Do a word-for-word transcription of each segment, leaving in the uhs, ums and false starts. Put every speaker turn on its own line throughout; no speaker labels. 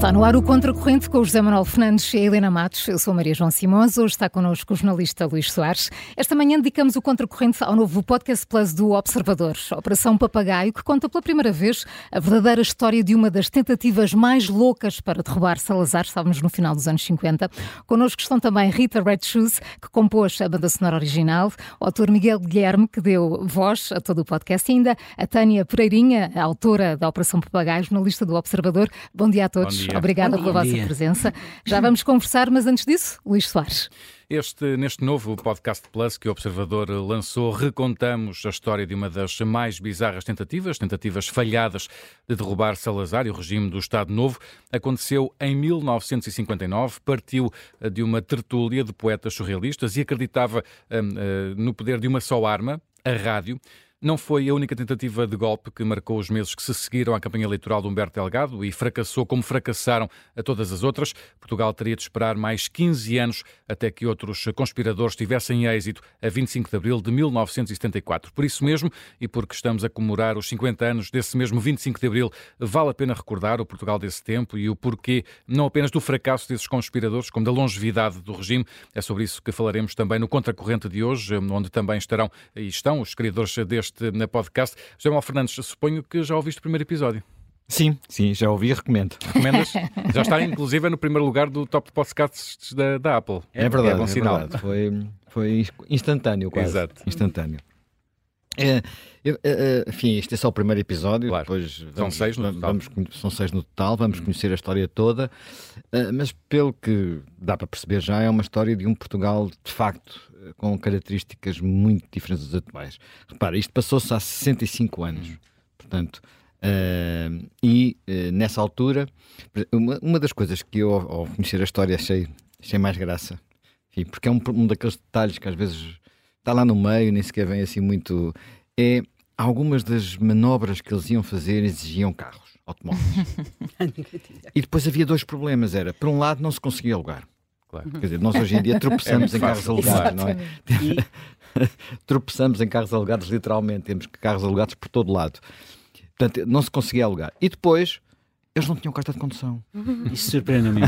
Está no ar o Contracorrente com o José Manuel Fernandes e a Helena Matos. Eu sou a Maria João Simões. Hoje está connosco o jornalista Luís Soares. Esta manhã dedicamos o Contracorrente ao novo Podcast Plus do Observador, a Operação Papagaio, que conta pela primeira vez a verdadeira história de uma das tentativas mais loucas para derrubar Salazar. Estávamos no final dos anos cinquenta. Connosco estão também Rita Red Shoes, que compôs a banda sonora original, o autor Miguel Guilherme, que deu voz a todo o podcast, e ainda a Tânia Pereirinha, a autora da Operação Papagaio, jornalista do Observador. Bom dia a todos. Obrigada pela vossa presença. Já vamos conversar, mas antes disso, Luís Soares.
Este, neste novo Podcast Plus que o Observador lançou, recontamos a história de uma das mais bizarras tentativas, tentativas falhadas de derrubar Salazar e o regime do Estado Novo. Aconteceu em mil novecentos e cinquenta e nove, partiu de uma tertúlia de poetas surrealistas e acreditava hum, hum, no poder de uma só arma, a rádio. Não foi a única tentativa de golpe que marcou os meses que se seguiram à campanha eleitoral de Humberto Delgado e fracassou como fracassaram a todas as outras. Portugal teria de esperar mais quinze anos até que outros conspiradores tivessem êxito a vinte e cinco de abril de mil novecentos e setenta e quatro. Por isso mesmo, e porque estamos a comemorar os cinquenta anos desse mesmo vinte e cinco de abril, vale a pena recordar o Portugal desse tempo e o porquê não apenas do fracasso desses conspiradores, como da longevidade do regime. É sobre isso que falaremos também no Contracorrente de hoje, onde também estarão e estão os criadores deste na podcast. José Manuel Fernandes, suponho que já ouviste o primeiro episódio.
Sim, sim, já ouvi e recomendo.
Recomendas? Já está inclusive no primeiro lugar do top podcasts da, da Apple.
É, é verdade,
é bom
é
sinal.
Verdade. Foi, foi instantâneo quase.
Exato.
Instantâneo. É, eu, é, enfim, este é só o primeiro episódio.
Claro.
Depois vamos,
são seis no total.
Vamos, são seis no total, vamos hum. conhecer a história toda, uh, mas pelo que dá para perceber já, é uma história de um Portugal, de facto, com características muito diferentes das atuais. Repara, isto passou-se há sessenta e cinco anos, hum. portanto, uh, e uh, nessa altura, uma, uma das coisas que eu, ao conhecer a história, achei, achei mais graça, enfim, porque é um, um daqueles detalhes que às vezes está lá no meio, nem sequer vem assim muito, é algumas das manobras que eles iam fazer exigiam carros, automóveis. E depois havia dois problemas, era, por um lado, não se conseguia alugar. Claro. Quer dizer, nós hoje em dia tropeçamos é em carros alugados, não é? E... tropeçamos em carros alugados, literalmente. Temos carros alugados por todo lado. Portanto, não se conseguia alugar. E depois, eles não tinham carta de condução.
Isso surpreende-me.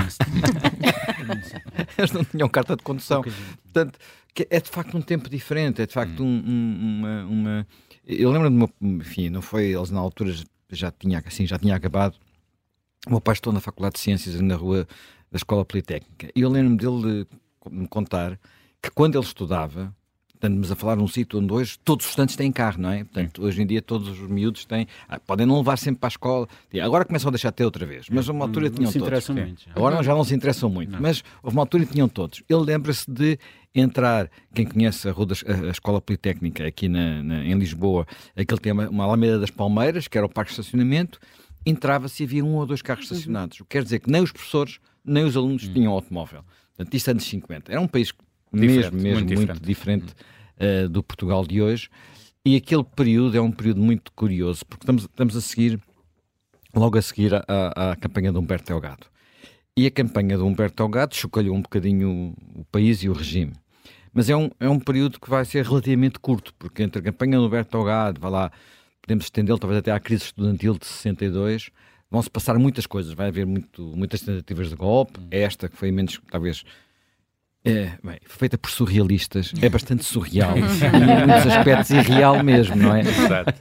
Eles não tinham carta de condução. Portanto, é de facto um tempo diferente. É de facto um, um, uma, uma... Eu lembro-me, enfim, não foi... Eles na altura já tinha, assim, já tinha acabado. O meu pai estudou na Faculdade de Ciências, na rua da Escola Politécnica. E eu lembro-me dele de me contar que quando ele estudava, estamos a falar de um sítio onde hoje todos os estudantes têm carro, não é? Portanto, hoje em dia todos os miúdos têm... Ah, podem não levar sempre para a escola. Agora começam a deixar de ter outra vez. Mas uma altura
não,
tinham
não se
todos.
interessam muito, já.
Agora já não se interessam muito. Não. Mas houve uma altura que tinham todos. Ele lembra-se de entrar, quem conhece a, rua da, a Escola Politécnica aqui na, na, em Lisboa, aquele tem uma, uma Alameda das Palmeiras, que era o parque de estacionamento, entrava-se e havia um ou dois carros estacionados. O que quer dizer que nem os professores, nem os alunos uhum. tinham automóvel. Portanto, isto é anos cinquenta. Era um país
diferente,
mesmo, mesmo
muito
muito
diferente,
diferente uhum. uh, do Portugal de hoje. E aquele período é um período muito curioso, porque estamos, estamos a seguir, logo a seguir, a, a, a campanha de Humberto Delgado. E a campanha de Humberto Delgado chocalhou um bocadinho o, o país e o regime. Mas é um, é um período que vai ser relativamente curto, porque entre a campanha de Humberto Delgado, vai lá, podemos estendê-lo talvez até à crise estudantil de sessenta e dois, vão-se passar muitas coisas, vai haver muito, muitas tentativas de golpe, esta que foi menos, talvez, é, bem, feita por surrealistas, é bastante surreal, e em muitos aspectos irreal mesmo, não é?
Exato.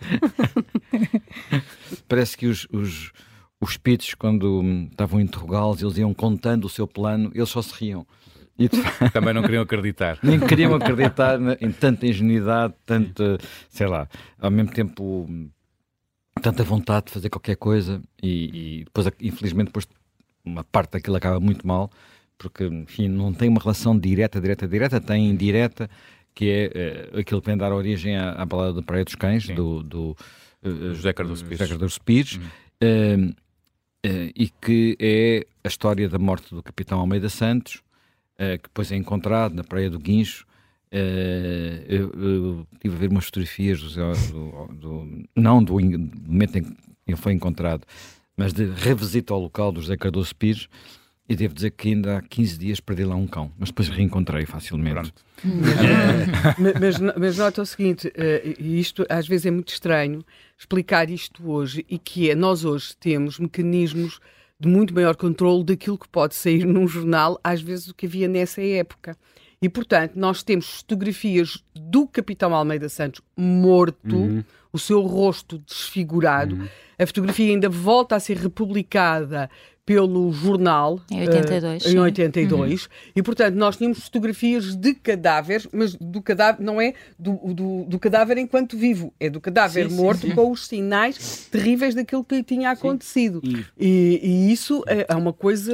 Parece que os, os, os pitos, quando hum, estavam a interrogá-los, eles iam contando o seu plano, eles só se riam. E
também não queriam acreditar.
Nem queriam acreditar em tanta ingenuidade, tanta, sei lá, ao mesmo tempo tanta vontade de fazer qualquer coisa e, e depois, infelizmente, depois uma parte daquilo acaba muito mal, porque, enfim, não tem uma relação direta, direta, direta, tem indireta, que é uh, aquilo que vem dar origem à, à balada da Praia dos Cães, Sim. do, do uh,
José Cardoso Pires,
José Cardoso Pires hum. uh, uh, e que é a história da morte do capitão Almeida Santos, Uh, que depois é encontrado na Praia do Guincho. Uh, eu, eu tive a ver umas fotografias do, do, do, não do, do momento em que ele foi encontrado, mas de revisita ao local do José Cardoso Pires, e devo dizer que ainda há quinze dias perdi lá um cão, mas depois reencontrei facilmente.
mas, mas, mas nota o seguinte, e isto às vezes é muito estranho explicar isto hoje, e que é, nós hoje temos mecanismos de muito maior controle daquilo que pode sair num jornal, às vezes, do que havia nessa época. E, portanto, nós temos fotografias do Capitão Almeida Santos morto, uhum. o seu rosto desfigurado. Uhum. A fotografia ainda volta a ser republicada pelo jornal
em oitenta e dois,
uh, em oitenta e dois uhum. e portanto nós tínhamos fotografias de cadáveres, mas do cadáver não é do, do, do cadáver enquanto vivo, é do cadáver sim, morto sim, sim. com os sinais terríveis daquilo que lhe tinha acontecido e, e, e isso é, é uma coisa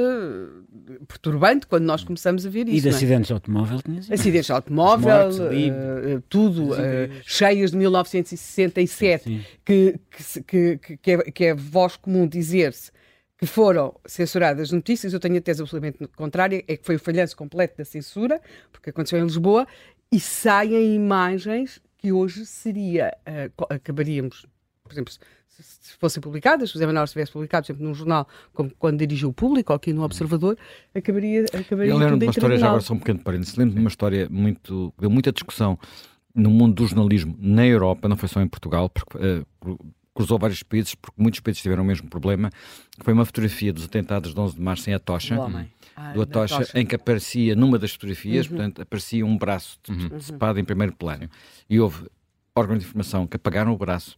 perturbante quando nós começamos a ver isso.
E de acidentes de automóvel tinhas
acidentes de automóvel mortos, uh, tudo uh, cheias de mil novecentos e sessenta e sete que, que, que, que, é, que é voz comum dizer-se que foram censuradas notícias. Eu tenho a tese absolutamente contrária, é que foi o falhanço completo da censura, porque aconteceu em Lisboa, e saem imagens que hoje seria, uh, acabaríamos, por exemplo, se, se fossem publicadas, se o Zé Manuel estivesse publicado sempre num jornal, como quando dirigiu o Público, ou aqui no Observador, acabaria, acabaria
eu lembro
tudo
de uma
em
história,
tribunal.
já agora só um pequeno parênteses, lembro de uma história muito, deu muita discussão no mundo do jornalismo na Europa, não foi só em Portugal, porque uh, cruzou vários países, porque muitos países tiveram o mesmo problema, que foi uma fotografia dos atentados de onze de março em Atocha,
uhum. ah,
do Atocha,
Atocha,
em que aparecia, numa das fotografias,
uhum.
portanto, aparecia um braço
uhum.
decepado em primeiro plano. E houve órgãos de informação que apagaram o braço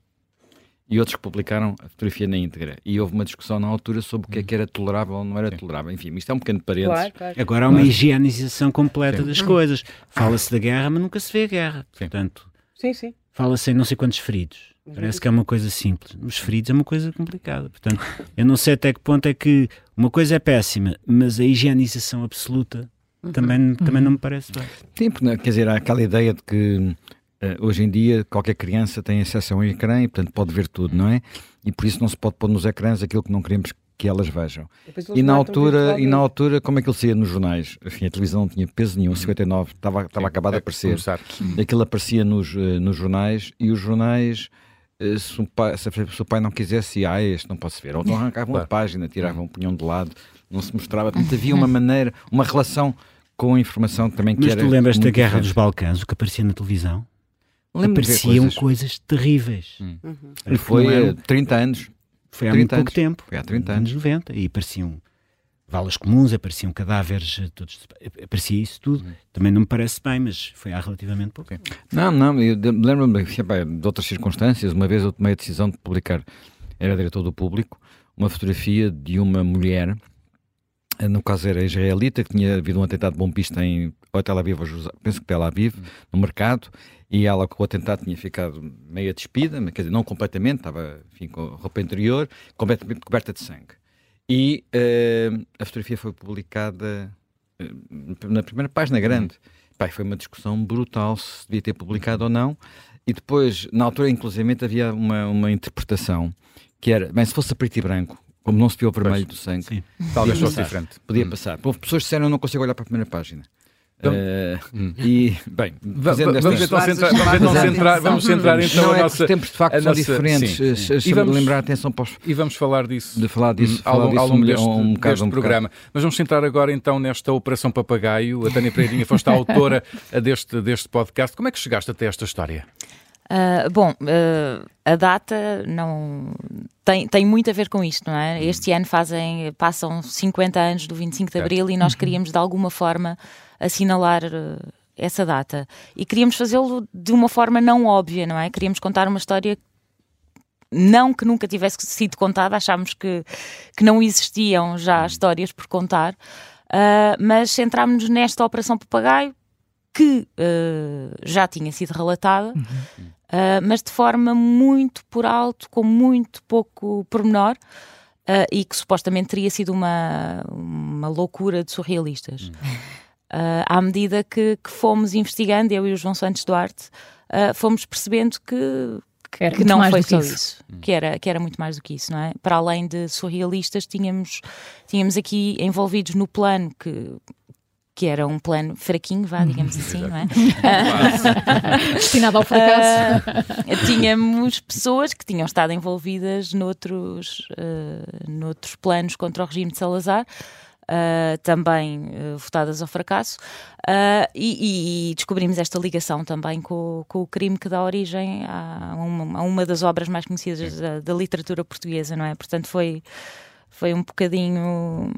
e outros que publicaram a fotografia na íntegra. E houve uma discussão na altura sobre o que é que era tolerável ou não era tolerável. Enfim, isto é um pequeno parênteses.
Claro, claro.
Agora há uma higienização completa sim. das coisas. Fala-se da guerra, mas nunca se vê a guerra.
Sim.
Portanto,
sim, sim.
fala-se em não sei quantos feridos. Parece que é uma coisa simples. Os feridos é uma coisa complicada. Portanto, eu não sei até que ponto é que uma coisa é péssima, mas a higienização absoluta uhum. também, uhum. também não me parece bem.
Sim, porque, quer dizer, há aquela ideia de que uh, hoje em dia qualquer criança tem acesso a um ecrã e, portanto, pode ver tudo, não é? E por isso não se pode pôr nos ecrãs aquilo que não queremos que elas vejam. E na altura, e na altura, como é que ele saía nos jornais? Enfim, a televisão não tinha peso nenhum, em cinquenta e nove estava, estava acabado de aparecer. Aquilo aparecia nos, uh, nos jornais e os jornais... Se o, pai, se o pai não quisesse, ah, este não posso ver, ou então arrancavam claro. a página, tiravam um punhão de lado, não se mostrava, portanto havia uma maneira, uma relação com a informação também que
Mas
era...
Mas tu lembras da Guerra
diferente.
dos Balcãs, o que aparecia na televisão?
Lembro
Apareciam
coisas.
coisas terríveis.
Hum. Uhum. E foi há trinta anos.
Foi há muito pouco
anos.
tempo.
Foi há trinta
anos.
anos.
noventa, e apareciam valas comuns, apareciam cadáveres, todos, aparecia isso tudo. Uhum. Também não me parece bem, mas foi há relativamente pouco tempo.
Não, não, eu lembro-me de outras circunstâncias. Uma vez eu tomei a decisão de publicar, era diretor do Público, uma fotografia de uma mulher, no caso era israelita, que tinha havido um atentado bombista em ou Tel Aviv, ou penso que Tel Aviv, uhum. no mercado, e ela com o atentado tinha ficado meio despida, quer dizer, não completamente, estava enfim, com roupa interior, completamente coberta de sangue. E uh, a fotografia foi publicada uh, na primeira página grande. Uhum. Pai, foi uma discussão brutal se devia ter publicado ou não. E depois, na altura, inclusivamente, havia uma, uma interpretação que era, bem, se fosse a preto e branco, como não se viu o vermelho pois, do sangue, sim.
talvez fosse diferente.
Podia hum. passar. Houve pessoas que disseram, eu não consigo olhar para a primeira página. Então, uh, hum. E, bem, fazendo
v- vamos, então centrar, vamos então centrar, vamos centrar então
não
a
é
nossa...
Os tempos de facto são
nossa,
diferentes.
Sim, sim.
E vamos lembrar a atenção para os...
E vamos falar disso,
de falar disso,
hum,
falar
ao,
disso
ao longo
um,
deste,
um bocado,
deste
um
programa. Mas vamos centrar agora então nesta Operação Papagaio. A Tânia Pereirinha foste a autora deste, deste podcast. Como é que chegaste até esta história?
Uh, bom, uh, a data não tem, tem muito a ver com isto, não é? Este ano fazem, passam cinquenta anos do vinte e cinco de Abril e nós queríamos de alguma forma assinalar uh, essa data. E queríamos fazê-lo de uma forma não óbvia, não é? Queríamos contar uma história não que nunca tivesse sido contada, achámos que, que não existiam já histórias por contar, uh, mas centrámos-nos nesta Operação Papagaio, que uh, já tinha sido relatada, uhum. uh, mas de forma muito por alto, com muito pouco pormenor, uh, e que supostamente teria sido uma, uma loucura de surrealistas. Uhum. Uh, à medida que, que fomos investigando, eu e o João Santos Duarte, uh, fomos percebendo que, que, que não foi só isso, isso. Uhum. que, era, que era muito mais do que isso, não é? Para além de surrealistas, tínhamos, tínhamos aqui envolvidos no plano que... que era um plano fraquinho, vá, digamos assim, não é?
Destinado ao fracasso.
Uh, tínhamos pessoas que tinham estado envolvidas noutros, uh, noutros planos contra o regime de Salazar, uh, também uh, votadas ao fracasso, uh, e, e descobrimos esta ligação também com, com o crime que dá origem a uma, a uma das obras mais conhecidas da, da literatura portuguesa, não é? Portanto, foi... foi um bocadinho...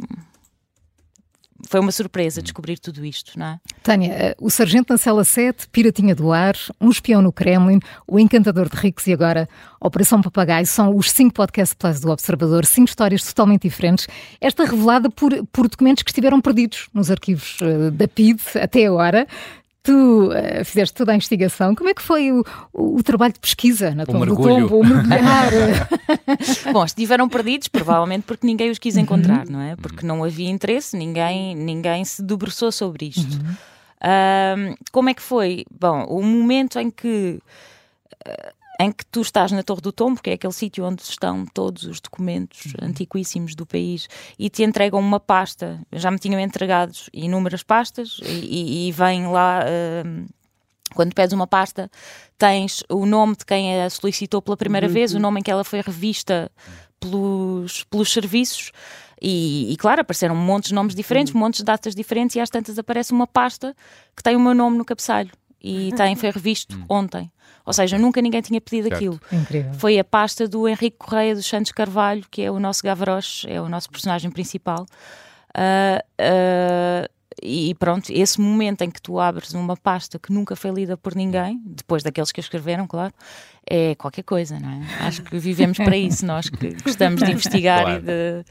Foi uma surpresa descobrir tudo isto, não é?
Tânia, o Sargento na Cela sete, Piratinha do Ar, Um Espião no Kremlin, O Encantador de Ricos e agora Operação Papagaio são os cinco podcast plus do Observador, cinco histórias totalmente diferentes, esta revelada por, por documentos que estiveram perdidos nos arquivos uh, da P I D até agora. Tu uh, fizeste toda a investigação. Como é que foi o, o, o trabalho de pesquisa na Torre do Tombo? O mergulhar?
Bom, estiveram perdidos, provavelmente porque ninguém os quis encontrar, não é? Porque não havia interesse, ninguém, ninguém se debruçou sobre isto. Uhum. Uh, como é que foi? Bom, o momento em que... Uh, em que tu estás na Torre do Tombo, que é aquele sítio onde estão todos os documentos uhum. antiquíssimos do país, e te entregam uma pasta. Já me tinham entregado inúmeras pastas, e, e vem lá, uh, quando pedes uma pasta, tens o nome de quem a solicitou pela primeira uhum. vez, o nome em que ela foi revista pelos, pelos serviços, e, e claro, apareceram montes de nomes diferentes, uhum. montes de datas diferentes, e às tantas aparece uma pasta que tem o meu nome no cabeçalho, e tem, foi revisto uhum. ontem. Ou seja, nunca ninguém tinha pedido certo. Aquilo.
Incrível.
Foi a pasta do Henrique Correia dos Santos Carvalho, que é o nosso Gavroche, é o nosso personagem principal. Uh, uh, e pronto, esse momento em que tu abres uma pasta que nunca foi lida por ninguém, depois daqueles que a escreveram, claro, é qualquer coisa, não é? Acho que vivemos para isso, nós que gostamos de investigar claro. E de...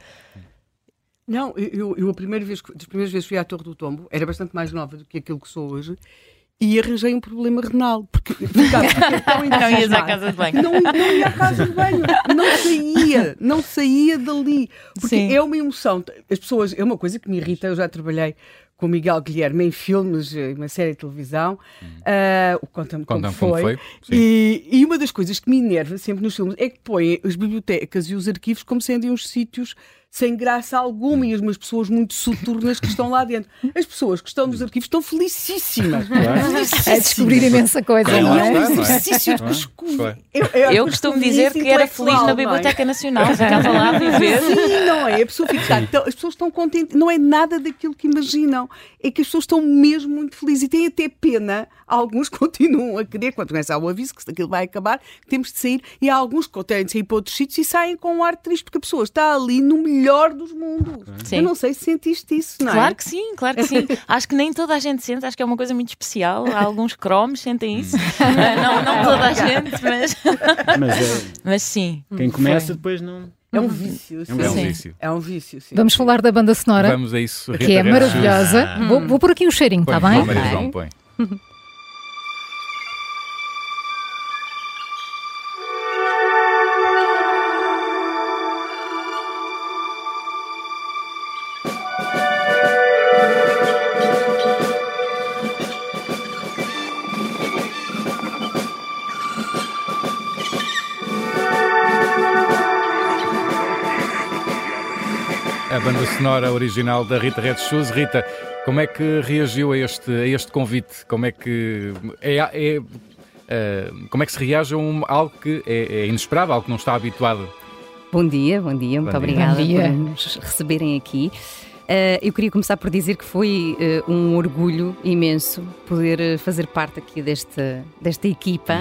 Não, eu, eu a primeira vez, das primeiras vezes fui à Torre do Tombo, era bastante mais nova do que aquilo que sou hoje, e arranjei um problema renal, porque ficava tão
não ias à casa de banho.
Não, não ia à casa de banho, não saía, não saía dali, porque Sim. é uma emoção. As pessoas, é uma coisa que me irrita, eu já trabalhei com o Miguel Guilherme em filmes, em uma série de televisão, uh, o Conta-me Como, como Foi, foi. E, e uma das coisas que me enerva sempre nos filmes é que põem as bibliotecas e os arquivos como sendo uns sítios sem graça alguma e umas pessoas muito soturnas que estão lá dentro. As pessoas que estão nos arquivos estão felicíssimas. Claro. felicíssimas.
É descobrir imensa coisa,
é,
não é?
É um exercício de pescoço.
Eu, eu costumo dizer que era feliz na Biblioteca Nacional, ficava lá a viver.
Sim, não é? A pessoa fica, então, as pessoas estão contentes, não é nada daquilo que imaginam. É que as pessoas estão mesmo muito felizes e têm até pena. Alguns continuam a querer, quando começa o aviso que aquilo vai acabar, temos de sair, e há alguns que têm de sair para outros sítios e saem com um ar triste, porque a pessoa está ali no melhor dos mundos. Sim. Eu não sei se sentiste isso, não é?
Claro que sim, claro que sim. Acho que nem toda a gente sente, acho que é uma coisa muito especial. Há alguns cromos sentem isso. não, não toda a gente, mas...
mas, é...
mas sim.
Quem começa depois não...
É um vício.
É um, é um vício.
É um vício, sim.
Vamos falar da banda sonora.
Vamos a isso, Rita
que é maravilhosa.
Ah.
Vou, vou pôr aqui um cheirinho, está bem?
Maria João, põe. A banda sonora original da Rita Red Shoes. Rita, como é que reagiu a este, a este convite? Como é que é, é, é, como é que se reage a um, algo que é, é inesperado, algo que não está habituado?
Bom dia, bom dia, muito bom obrigada
dia.
por nos receberem aqui. Uh, eu queria começar por dizer que foi uh, um orgulho imenso poder uh, fazer parte aqui desta, desta equipa,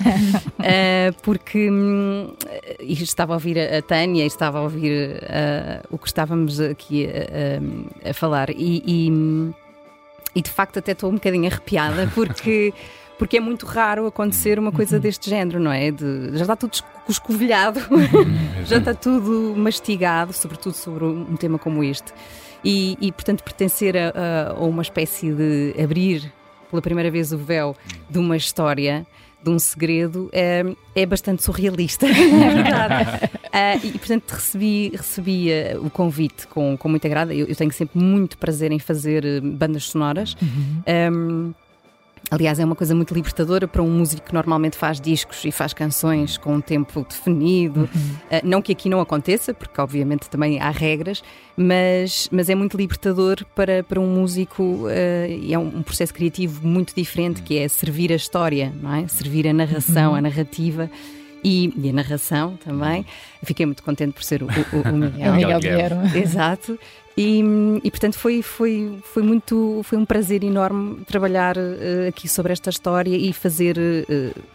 uh, porque um, estava a ouvir a, a Tânia, estava a ouvir uh, o que estávamos aqui a, a, a falar e, e, e de facto até estou um bocadinho arrepiada porque... Porque é muito raro acontecer uma coisa deste género, não é? De, já está tudo escovilhado, já está tudo mastigado, sobretudo sobre um tema como este. E, e portanto, pertencer a, a uma espécie de abrir pela primeira vez o véu de uma história, de um segredo, é, é bastante surrealista, é verdade. uh, e, portanto, recebi, recebi uh, o convite com, com muita agrado. Eu, eu tenho sempre muito prazer em fazer uh, bandas sonoras. Uhum. Um, Aliás, é uma coisa muito libertadora para um músico que normalmente faz discos e faz canções com um tempo definido. Uhum. Uh, não que aqui não aconteça, porque obviamente também há regras, mas, mas é muito libertador para, para um músico uh, e é um, um processo criativo muito diferente, que é servir a história, não é? Servir a narração, uhum. a narrativa. E, e a narração também. Fiquei muito contente por ser o, o, o Miguel.
o Miguel Guilherme.
Exato. E, e portanto foi, foi, foi, muito, foi um prazer enorme trabalhar uh, aqui sobre esta história e fazer uh,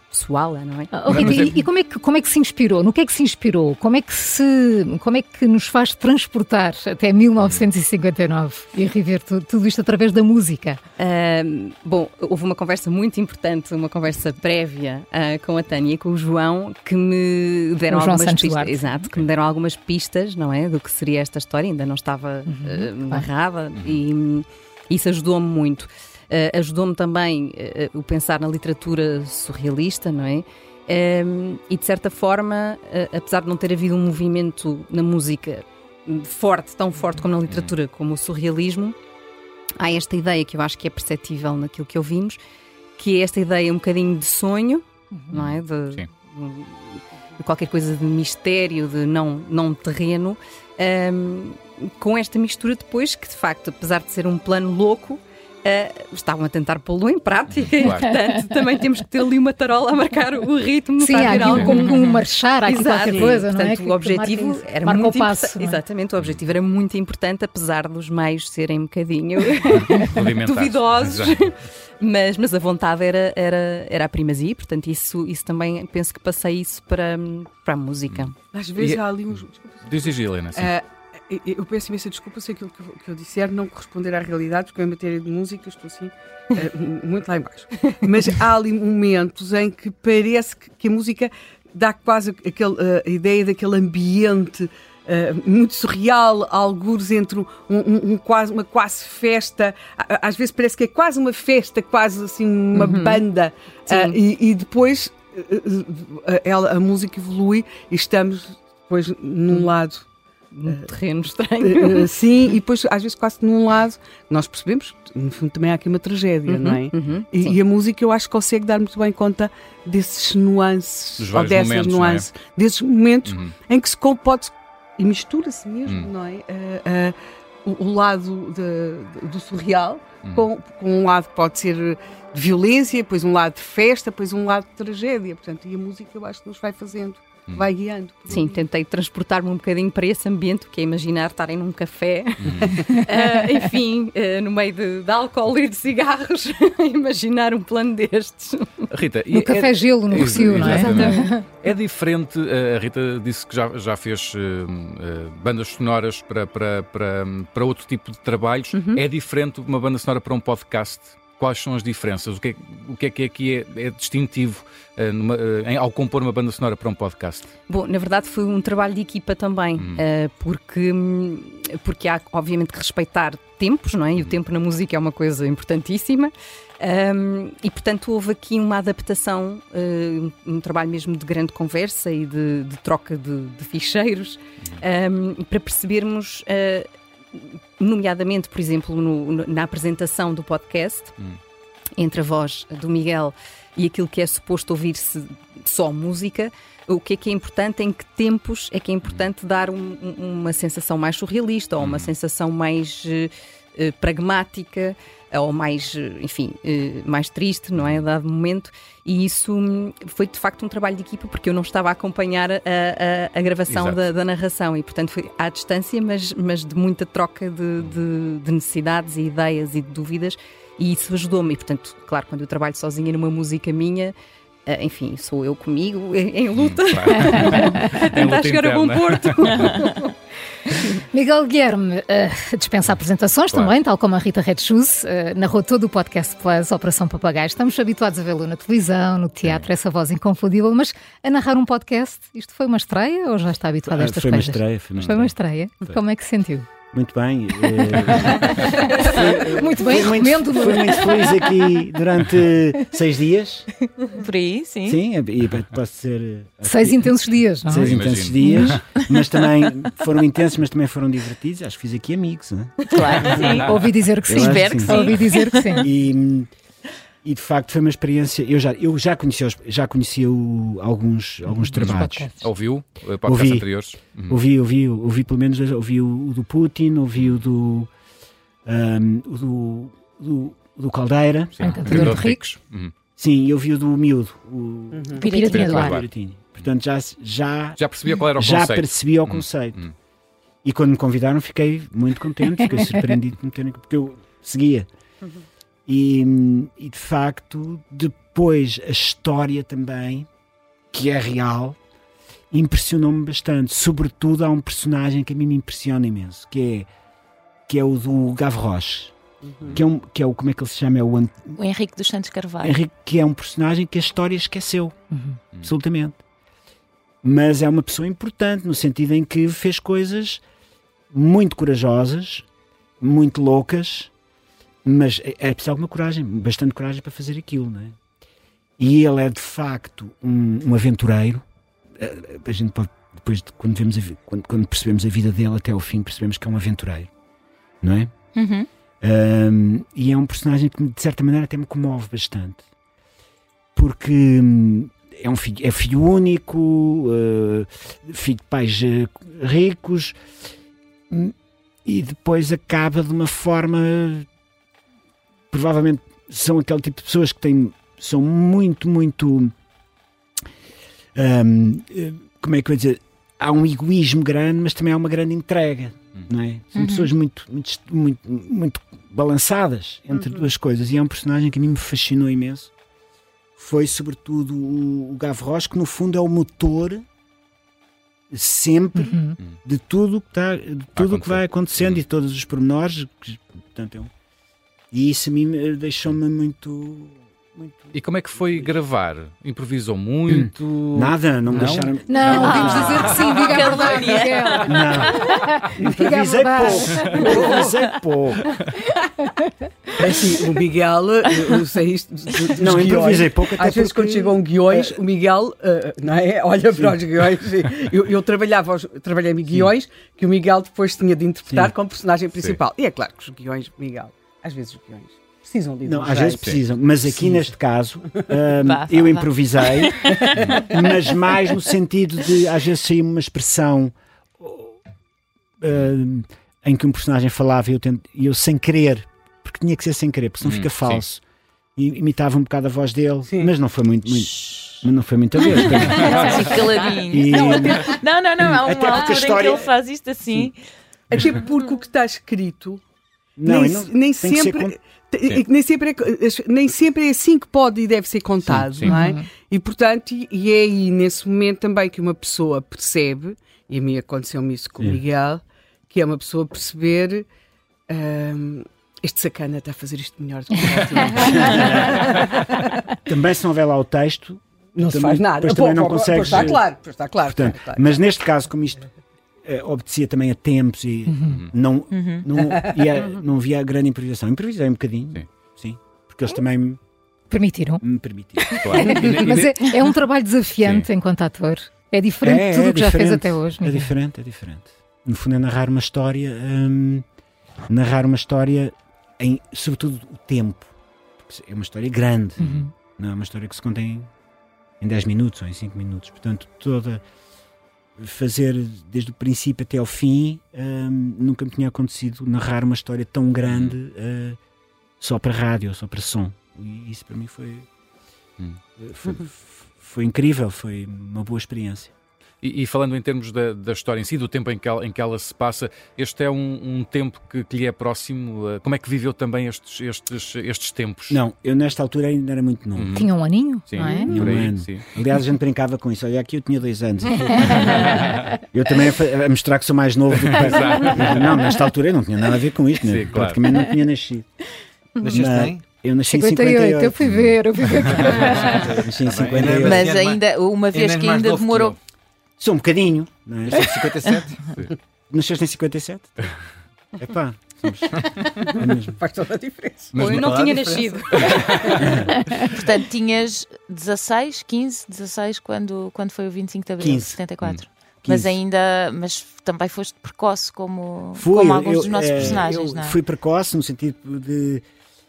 pessoal, não é?
Oh, Rita, e, e como é que como é que se inspirou? No que é que se inspirou? Como é que se como é que nos faz transportar até mil novecentos e cinquenta e nove e rever tudo, tudo isto através da música?
Uh, bom, houve uma conversa muito importante, uma conversa prévia uh, com a Tânia e com o João, que me deram algumas pistas, exato, que me deram algumas pistas, não é, do que seria esta história. Ainda não estava uhum, uh, narrada uhum. e isso ajudou-me muito. Uh, ajudou-me também uh, o pensar na literatura surrealista, não é? Um, e de certa forma, uh, apesar de não ter havido um movimento na música forte, tão forte como na literatura, como o surrealismo, há esta ideia que eu acho que é perceptível naquilo que ouvimos, que é esta ideia um bocadinho de sonho, uhum. não é? De, de qualquer coisa de mistério, de não, não terreno, um, com esta mistura depois que, de facto, apesar de ser um plano louco, Uh, estavam a tentar pô-lo em prática, claro. Portanto também temos que ter ali uma tarola a marcar o ritmo.
Sim, há aqui como um marchar, há aqui
Exato.
qualquer coisa,
portanto,
não é?
O que objetivo que era muito importante. Exatamente, o objetivo era muito importante, apesar dos meios serem um bocadinho duvidosos, mas, mas a vontade era, era, era a primazia, portanto isso, isso também penso que passei isso para, para a música.
Às vezes e, há ali uns...
Diz, diz, Helena, sim. Uh,
Eu peço imensa desculpa se aquilo que eu, que eu disser não corresponder à realidade, porque em matéria de música estou assim, uh, muito lá em baixo. Mas há ali momentos em que parece que, que a música dá quase aquele, uh, a ideia daquele ambiente uh, muito surreal, algures entre um, um, um, quase, uma quase festa, às vezes parece que é quase uma festa, quase assim uma uhum. banda, uh, e, e depois uh, ela, a música evolui e estamos depois num lado...
Um terreno estranho.
Uh, uh, sim, e depois às vezes quase num lado nós percebemos que no fundo também há aqui uma tragédia,
uhum,
não é?
Uhum,
e, e a música eu acho que consegue dar muito bem conta desses nuances, ou dessas
momentos,
nuances,
é?
desses momentos
uhum.
em que se pode e mistura-se mesmo, uhum. não é? Uh, uh, o, o lado de, de, do surreal uhum. com, com um lado que pode ser de violência, depois um lado de festa, depois um lado de tragédia, portanto, e a música eu acho que nos vai fazendo. Vai guiando.
Sim, tentei transportar-me um bocadinho para esse ambiente, que é imaginar estarem num café, hum. uh, enfim, uh, no meio de, de álcool e de cigarros, imaginar um plano destes.
Rita,
no é, café gelo, no Rossio, não é?
Exatamente. É diferente, a Rita disse que já, já fez uh, uh, bandas sonoras para, para, para, para outro tipo de trabalhos. Uhum. É diferente uma banda sonora para um podcast? Quais são as diferenças? O que é, o que, é que aqui é, é distintivo uh, numa, uh, em, ao compor uma banda sonora para um podcast?
Bom, na verdade foi um trabalho de equipa também, hum. uh, porque, porque há obviamente que respeitar tempos, não é? E o tempo na música é uma coisa importantíssima. Um, e portanto houve aqui uma adaptação, uh, um trabalho mesmo de grande conversa e de, de troca de, de ficheiros, hum. um, para percebermos... Uh, nomeadamente, por exemplo, no, na apresentação do podcast, hum. entre a voz do Miguel e aquilo que é suposto ouvir-se só música, o que é que é importante, em que tempos é que é importante dar um, uma sensação mais surrealista ou uma hum. sensação mais uh, pragmática ou mais, enfim, uh, mais triste, não é? A dado momento. E isso foi de facto um trabalho de equipa, porque eu não estava a acompanhar a, a, a gravação da, da narração e portanto foi à distância, mas, mas de muita troca de, de, de necessidades e ideias e de dúvidas, e isso ajudou-me. E portanto, claro, quando eu trabalho sozinha numa música minha, enfim, sou eu comigo em, em luta a tentar chegar a bom porto.
Miguel Guilherme uh, dispensa apresentações claro. Também, tal como a Rita Red Shoes, uh, narrou todo o Podcast Plus, Operação Papagaio. Estamos habituados a vê-lo na televisão, no teatro, é. Essa voz inconfundível, mas a narrar um podcast, isto foi uma estreia ou já está habituado a estas
foi
coisas?
Uma estreia, foi uma
estreia. Foi uma estreia. Foi. Como é que se sentiu?
Muito bem.
foi, muito bem,
fui
recomendo.
Muito, fui muito feliz aqui durante seis dias.
Por aí, sim.
Sim, e posso ser...
Seis intensos dias, não é?
Seis intensos dias, mas também foram intensos, mas também foram divertidos. Acho que fiz aqui amigos, não é?
Claro, sim. Ouvi dizer que sim.
Espero que sim.
Ouvi dizer que sim.
E, e de facto foi uma experiência. Eu já, eu já conhecia, já conhecia o, alguns, alguns trabalhos.
Ouviu podcasts
ouvi,
anteriores?
Uhum. Ouvi, ouvi, ouvi pelo menos ouvi o, o do Putin, ouvi o do, um, o do, do, do Caldeira,
sim, Cantador de Ricos. Uhum.
Sim, eu vi o do Miúdo, o
uhum. Piratinha do Ar.
Portanto, já, já,
já percebia qual era o
já
conceito.
Já percebia o uhum. conceito. Uhum. E quando me convidaram fiquei muito contente, fiquei surpreendido por me terem, porque eu seguia. Uhum. E, e de facto, depois a história também, que é real, impressionou-me bastante. Sobretudo há um personagem que a mim me impressiona imenso, que é, que é o do Gavroche. Uhum. Que, é um, que é o, como é que ele se chama? É o, Ant...
o Henrique dos Santos Carvalho.
Henrique, que é um personagem que a história esqueceu, uhum. absolutamente. Mas é uma pessoa importante, no sentido em que fez coisas muito corajosas, muito loucas, mas é, é preciso alguma coragem, bastante coragem para fazer aquilo, não é? E ele é de facto um, um aventureiro. A gente pode, depois de, quando, vemos a, quando, quando percebemos a vida dele até ao fim, percebemos que é um aventureiro, não é?
Uhum.
Um, e é um personagem que de certa maneira até me comove bastante, porque hum, é um filho, é filho único, uh, filho de pais uh, ricos, hum, e depois acaba de uma forma, provavelmente são aquele tipo de pessoas que têm, são muito, muito um, como é que eu ia dizer, há um egoísmo grande, mas também há uma grande entrega. Não é? São uhum. pessoas muito, muito, muito, muito balançadas entre uhum. duas coisas, e é um personagem que a mim me fascinou imenso. Foi sobretudo o, o Gavroche, que no fundo é o motor sempre uhum. de tudo que, está, de tudo que vai acontecendo uhum. e todos os pormenores, que, portanto, é um... e isso a mim deixou-me muito... Muito...
E como é que foi gravar? Improvisou muito?
Nada, não me
não?
deixaram...
Não, não, ouvimos ah. dizer que sim, diga a verdade, Miguel.
Não, improvisei pouco. Improvisei pouco.
É assim, o Miguel, eu sei isto dos
Não,
guiões.
improvisei pouco. Até
Às vezes
porque...
quando chegam guiões, o Miguel, uh, não é? Olha para os guiões. Eu, eu trabalhava, trabalhei em guiões, sim. que o Miguel depois tinha de interpretar sim. como personagem principal. Sim. E é claro que os guiões, Miguel, às vezes os guiões precisam de
Não, às vezes precisam, mas aqui Sim. neste caso um, bah, eu bah, improvisei, mas mais no sentido de às vezes saía uma expressão um, em que um personagem falava e eu, tento, eu sem querer, porque tinha que ser sem querer, porque senão hum, fica falso. E imitava um bocado a voz dele, sim. mas não foi muito, muito mas não foi muita vez.
Assim, caladinho. E... Não, não, não, há uma altura história... em que ele faz isto assim.
Sim. Até porque o que está escrito
não,
nem,
não,
nem sempre... Nem sempre, é, nem sempre é assim que pode e deve ser contado, sim, sim. não é? Uhum. E portanto, e é aí nesse momento também que uma pessoa percebe, e a mim aconteceu-me isso com o Miguel, que é uma pessoa perceber um, este sacana está a fazer isto melhor do que
eu. Também se não houver lá o texto,
não se faz nada.
Depois também não consegue.
Está claro, está claro,
Portanto,
está claro.
Mas neste caso, como isto Uh, obedecia também a tempos e uhum. não, uhum. não, ia, não havia grande improvisação. Improvisei um bocadinho, sim, sim porque eles também me
permitiram.
Me permitiram.
Claro.
Mas é, é um trabalho desafiante sim. enquanto ator. É diferente é, de tudo o é que já fez até hoje.
É diferente, é diferente. No fundo é narrar uma história, hum, narrar uma história, em, sobretudo o tempo. Porque é uma história grande, uhum. não é uma história que se conta em, em dez minutos ou em cinco minutos. Portanto, toda... fazer desde o princípio até ao fim, hum, nunca me tinha acontecido narrar uma história tão grande uh, só para rádio, só para som. E isso para mim foi, hum. foi, foi incrível, foi uma boa experiência.
E, e falando em termos da, da história em si, do tempo em que ela, em que ela se passa, este é um, um tempo que, que lhe é próximo? Uh, como é que viveu também estes, estes, estes tempos?
Não, eu nesta altura ainda era muito novo.
Uhum. Tinha um aninho,
sim,
não é?
Tinha um
aí,
ano.
Sim.
Aliás, a gente brincava com isso. Olha, aqui eu tinha dois anos. Eu também a, a mostrar que sou mais novo do que... Não, nesta altura eu não tinha nada a ver com isto, né? Sim, claro. Praticamente não tinha nascido.
Nasceste bem?
Eu nasci em
cinquenta e oito, eu fui ver, eu fui ver.
Nasci em cinquenta e oito.
Mas ainda, uma vez que ainda demorou...
Sou um bocadinho, não é?
Sou de cinquenta e sete.
Nasceste em cinquenta e sete? Epá, somos... é mesmo.
Faz toda a diferença.
Ou eu não tinha nascido.
Portanto, tinhas dezasseis, quinze, dezasseis quando, quando foi o vinte e cinco de abril de setenta e quatro. Hum. Mas ainda, mas também foste precoce como,
fui,
como alguns
eu,
dos nossos
é,
personagens,
eu
não é?
Fui precoce no sentido de...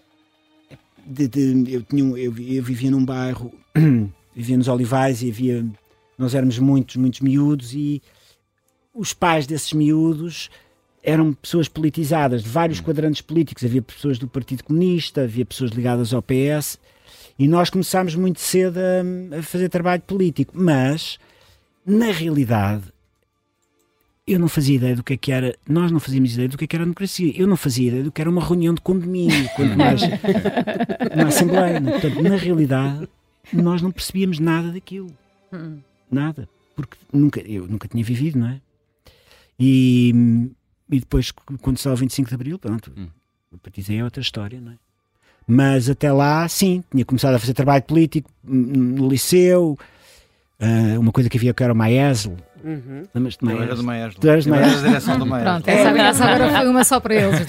de, de eu, tinha, eu, eu vivia num bairro, vivia nos Olivais e havia... Nós éramos muitos, muitos miúdos e os pais desses miúdos eram pessoas politizadas, de vários quadrantes políticos. Havia pessoas do Partido Comunista, havia pessoas ligadas ao P S e nós começámos muito cedo a, a fazer trabalho político. Mas, na realidade, eu não fazia ideia do que é que era, nós não fazíamos ideia do que é que era a democracia, eu não fazia ideia do que era uma reunião de condomínio, quanto mais uma Assembleia. Né? Portanto, na realidade, nós não percebíamos nada daquilo. Nada. Porque nunca, eu nunca tinha vivido, não é? E, e depois, quando saiu o vinte e cinco de Abril, pronto, a partir daí é outra história, não é? Mas até lá, sim, tinha começado a fazer trabalho político no liceu, uh, uma coisa que havia que era o Maesl.
Uhum. Lembras-te de Maesl? Eu era do Maesl.
Tu eras do Maesl?
Eu era da direção do Maesl.
Pronto, essa, essa agora foi uma só para eles.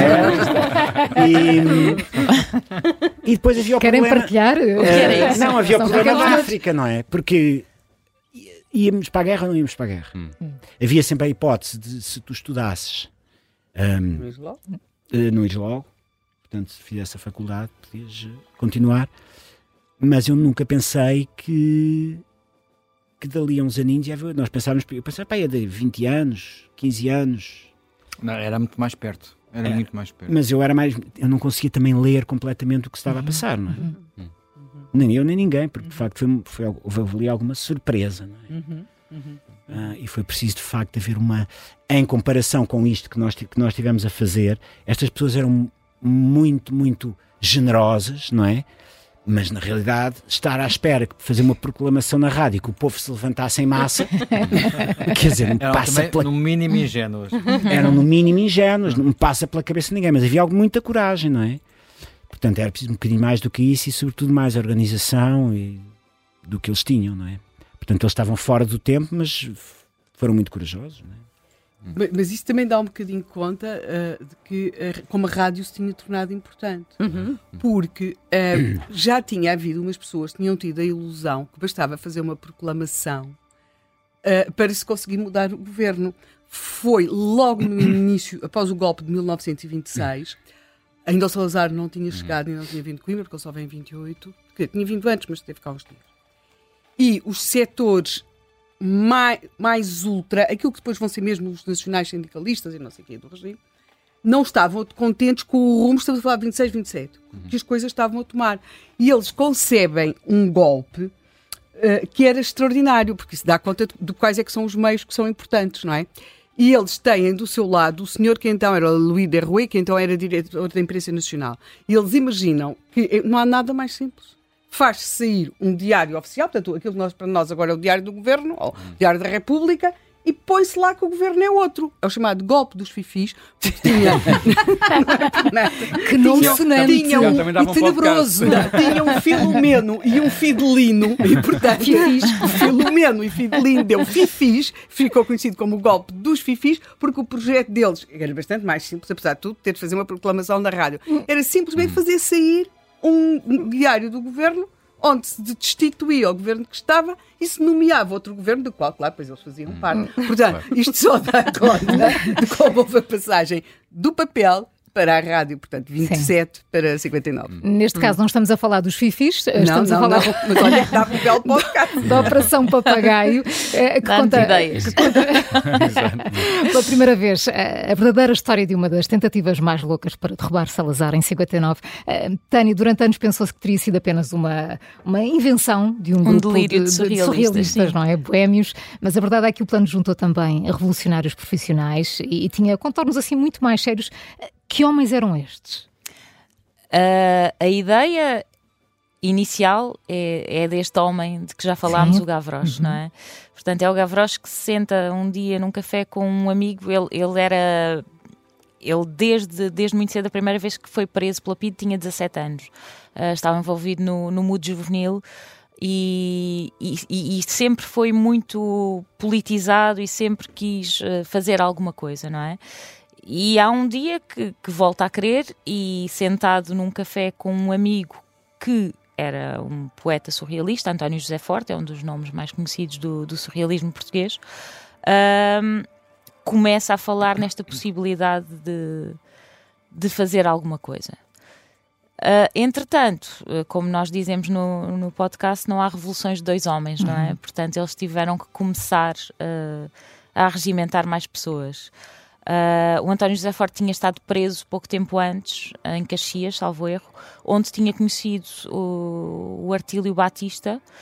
e, e depois havia o
Querem
problema...
partilhar?
Uh, não, havia o problema da África, não é? Porque íamos para a guerra ou não íamos para a guerra? Hum. Havia sempre a hipótese de, se tu estudasses um, no Isló, uh, no Isló, portanto, se fizesse a faculdade, podias continuar, mas eu nunca pensei que, que dali a uns aninhos, nós pensávamos, eu pensava, pá, é de vinte anos, quinze anos.
Não, era muito mais perto, era é, muito mais perto.
Mas eu era mais, eu não conseguia também ler completamente o que estava uhum. a passar, não é? Uhum. Uhum. Nem eu, nem ninguém, porque de facto foi, foi, houve ali alguma surpresa, não é? Uhum. Uhum. Uh, e foi preciso de facto haver uma, em comparação com isto que nós, que nós tivemos a fazer, estas pessoas eram muito, muito generosas, não é? Mas na realidade estar à espera de fazer uma proclamação na rádio que o povo se levantasse em massa quer dizer, não passa
também,
pela...
no mínimo ingênuos
eram no mínimo ingênuos, não me passa pela cabeça de ninguém, mas havia muita coragem, não é? Portanto era preciso um bocadinho mais do que isso e sobretudo mais organização e do que eles tinham, não é? Portanto eles estavam fora do tempo, mas foram muito corajosos, não é?
Mas, mas isso também dá um bocadinho conta uh, de que uh, como a rádio se tinha tornado importante. Uhum. Porque uh, já tinha havido umas pessoas que tinham tido a ilusão que bastava fazer uma proclamação uh, para se conseguir mudar o governo. Foi logo no início, após o golpe de mil novecentos e vinte e seis, ainda o Salazar não tinha chegado e não tinha vindo de Coimbra, porque ele só veio em vinte e oito, porque tinha vindo antes, mas teve cá uns dias. E os setores mais, mais ultra, aquilo que depois vão ser mesmo os nacionais sindicalistas e não sei o quê do regime, não estavam contentes com o rumo, estamos a falar de vinte e seis, vinte e sete, uhum. que as coisas estavam a tomar. E eles concebem um golpe uh, que era extraordinário, porque isso dá conta de, de quais é que são os meios que são importantes, não é? E eles têm do seu lado o senhor que então era o Louis Derouet, que então era diretor da Imprensa Nacional. E eles imaginam que não há nada mais simples. Faz-se sair um diário oficial, portanto, aquilo que nós, para nós agora é o Diário do Governo, ou o Diário da República, e põe-se lá que o governo é outro. É o chamado golpe dos fifis, porque tinha...
que não sonante
tinha um,
e tenebroso.
Tinha um Filomeno e um Fidelino, e portanto, Filomeno e Fidelino deu fifis, ficou conhecido como o golpe dos fifis, porque o projeto deles era bastante mais simples, apesar de tudo, ter de fazer uma proclamação na rádio. Era simplesmente fazer sair um diário do governo onde se destituía o governo que estava e se nomeava outro governo, do qual, claro, depois eles faziam parte. Portanto, isto só dá conta de como houve a passagem do papel para a rádio, portanto, vinte e sete Sim. para cinquenta e nove.
Neste caso, não estamos a falar dos fifis,
não,
estamos
não,
a falar
não. Mas olha que dá papel podcast.
Da Operação Papagaio, que conta,
ideias.
Que conta pela primeira vez a verdadeira história de uma das tentativas mais loucas para derrubar Salazar em cinquenta e nove. Tânia, durante anos pensou-se que teria sido apenas uma, uma invenção de um,
um
grupo
delírio
de,
de surrealistas,
de surrealistas não é? Boémios, mas a verdade é que o plano juntou também a revolucionários profissionais e, e tinha contornos assim muito mais sérios. Que homens eram estes?
Uh, a ideia inicial é, é deste homem de que já falámos, Sim. o Gavroche, uhum. não é? Portanto, é o Gavroche que se senta um dia num café com um amigo. Ele, ele era... Ele, desde, desde muito cedo, a primeira vez que foi preso pela P I D, tinha dezassete anos. Uh, estava envolvido no, no mundo juvenil. E, e, e sempre foi muito politizado e sempre quis uh, fazer alguma coisa, não é? E há um dia que, que volta a querer e sentado num café com um amigo que era um poeta surrealista, António José Forte, é um dos nomes mais conhecidos do, do surrealismo português, um, começa a falar nesta possibilidade de, de fazer alguma coisa. Uh, entretanto, uh, como nós dizemos no, no podcast, não há revoluções de dois homens, não é? Uhum. Portanto, eles tiveram que começar uh, a regimentar mais pessoas. Uh, o António José Forte tinha estado preso pouco tempo antes, em Caxias, salvo erro, onde tinha conhecido o, o Artílio Batista,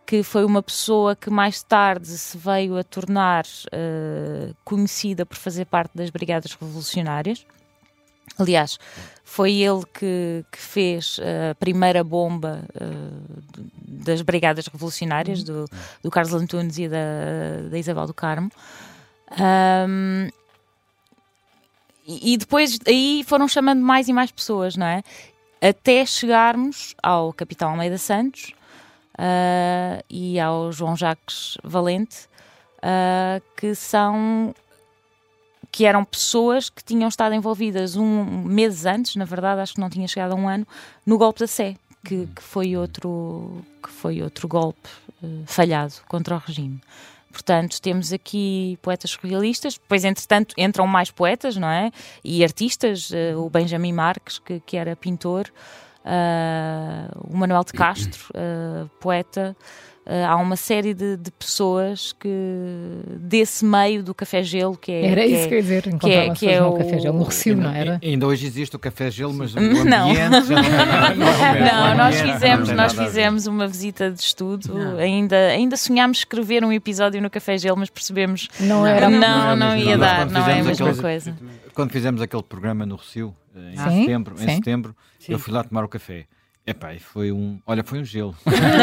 que foi uma pessoa que mais tarde se veio a tornar uh, conhecida por fazer parte das Brigadas Revolucionárias. Aliás, foi ele que, que fez a primeira bomba uh, das Brigadas Revolucionárias, do, do Carlos Antunes e da, da Isabel do Carmo. Um, e, e depois aí foram chamando mais e mais pessoas, não é? Até chegarmos ao Capitão Almeida Santos uh, e ao João Jacques Valente, uh, que são... que eram pessoas que tinham estado envolvidas um meses antes, na verdade, acho que não tinha chegado a um ano, no golpe da Sé, que, que, foi, outro, que foi outro golpe uh, falhado contra o regime. Portanto, temos aqui poetas surrealistas, depois, entretanto, entram mais poetas, não é? E artistas, uh, o Benjamin Marques, que, que era pintor, uh, o Manuel de Castro, uh, poeta. Uh, há uma série de, de pessoas que desse meio do Café Gelo, que é...
Era
que
isso
é,
que eu ia dizer,
que é, que é
no
o...
Café Gelo, no Recio, não era?
E, ainda hoje existe o Café Gelo, mas o
Não.
ambiente... Já não, não,
não, nós
ambiente,
fizemos,
não
nós fizemos uma visita de estudo, ainda, ainda sonhámos escrever um episódio no Café Gelo, mas percebemos...
Não era...
Não, não, não ia
Nós,
dar, não é a mesma
aquele,
coisa.
Quando fizemos aquele programa no Recio, em
sim,
setembro, em
sim.
setembro
Sim.
eu fui lá tomar o café. Epá, e foi um... Olha, foi um gelo.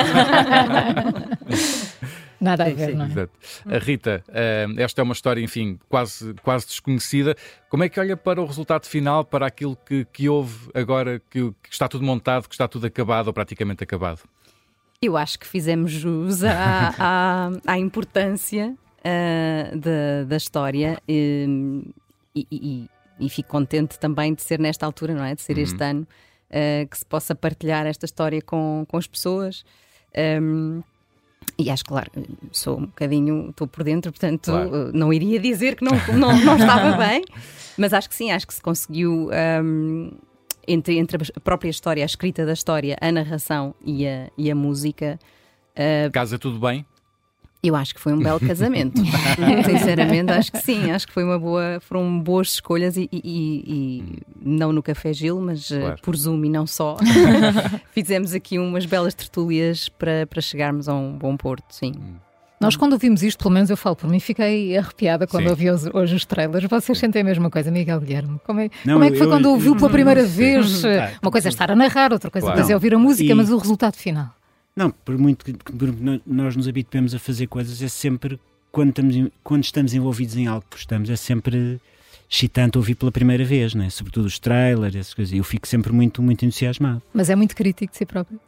Nada a
Sim,
ver,
sim.
não é?
Exato. A Rita, uh, esta é uma história, enfim, quase, quase desconhecida. Como é que olha para o resultado final, para aquilo que, que houve agora, que, que está tudo montado, que está tudo acabado ou praticamente acabado?
Eu acho que fizemos jus à, à, à importância uh, da, da história e, e, e, e fico contente também de ser nesta altura, não é? De ser
Uhum.
este ano, uh, que se possa partilhar esta história com, com as pessoas. Um, E acho que, claro, sou um bocadinho, estou por dentro, portanto,
Claro.
não iria dizer que não, não, não estava bem, mas acho que sim, acho que se conseguiu, um, entre, entre a própria história, a escrita da história, a narração e a, e a música, uh,
Casa tudo bem?
eu acho que foi um belo casamento. Sinceramente, acho que sim, acho que foi uma boa, foram boas escolhas e, e, e não no Café Gil, mas uh,
Claro.
por Zoom e não só. Fizemos aqui umas belas tertúlias para, para chegarmos a um bom porto, sim.
Nós, quando ouvimos isto, pelo menos eu falo por mim, fiquei arrepiada quando
Sim.
ouvi hoje, hoje os trailers. Vocês sentem a mesma coisa, Miguel Guilherme? Como é,
Não,
como é que foi
eu-
quando
eu-
ouviu pela primeira vez?
Tá.
Uma coisa é estar a narrar, outra coisa
Claro.
depois é ouvir a música,
E-
mas o resultado final.
Não, por muito que que nós nos habituemos a fazer coisas, é sempre, quando estamos, em- quando estamos envolvidos em algo que gostamos, é sempre excitante ouvir pela primeira vez, né? Sobretudo os trailers, essas coisas. Eu fico sempre muito, muito entusiasmado.
Mas é muito crítico de si próprio.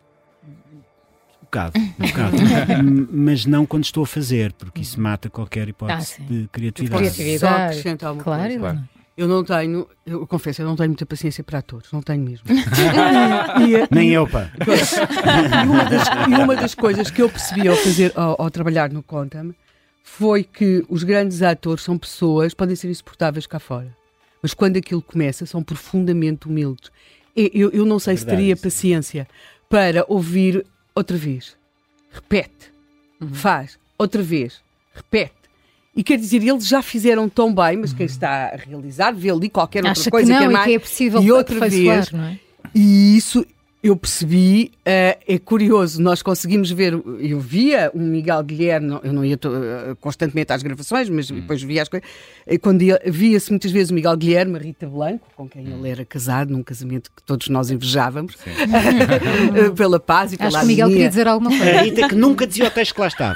Um bocado, um bocado. M- mas não quando estou a fazer, porque isso mata qualquer hipótese
Ah, sim.
de criatividade.
Posso só
Criatividade.
acrescentar uma
Claro,
coisa?
Claro.
Eu não tenho, eu confesso, eu não tenho muita paciência para atores, não tenho mesmo. e,
Nem
e-
eu, pá.
E uma, das, e uma das coisas que eu percebi ao, fazer, ao, ao trabalhar no Conta-me foi que os grandes atores são pessoas, podem ser insuportáveis cá fora, mas quando aquilo começa são profundamente humildes. E Eu, eu não sei se
Verdade,
teria
isso.
paciência para ouvir outra vez, repete, faz, outra vez, repete. E quer dizer, eles já fizeram tão bem, mas quem está a realizar vê ali qualquer outra
Acha
coisa
que não
é
e
mais.
que é possível
e outra
aperfeiçoar,
vez,
não é?
e isso eu percebi, uh, é curioso, nós conseguimos ver, eu via um Miguel Guilherme, não, eu não ia uh, constantemente às gravações, mas depois via as coisas, e quando ia- via-se muitas vezes o Miguel Guilherme, a Rita Blanco, com quem ele era casado, num casamento que todos nós invejávamos, uh, pela paz e pela
Acho que o Miguel
harmonia.
queria dizer alguma coisa.
A Rita que nunca dizia o texto que lá estava.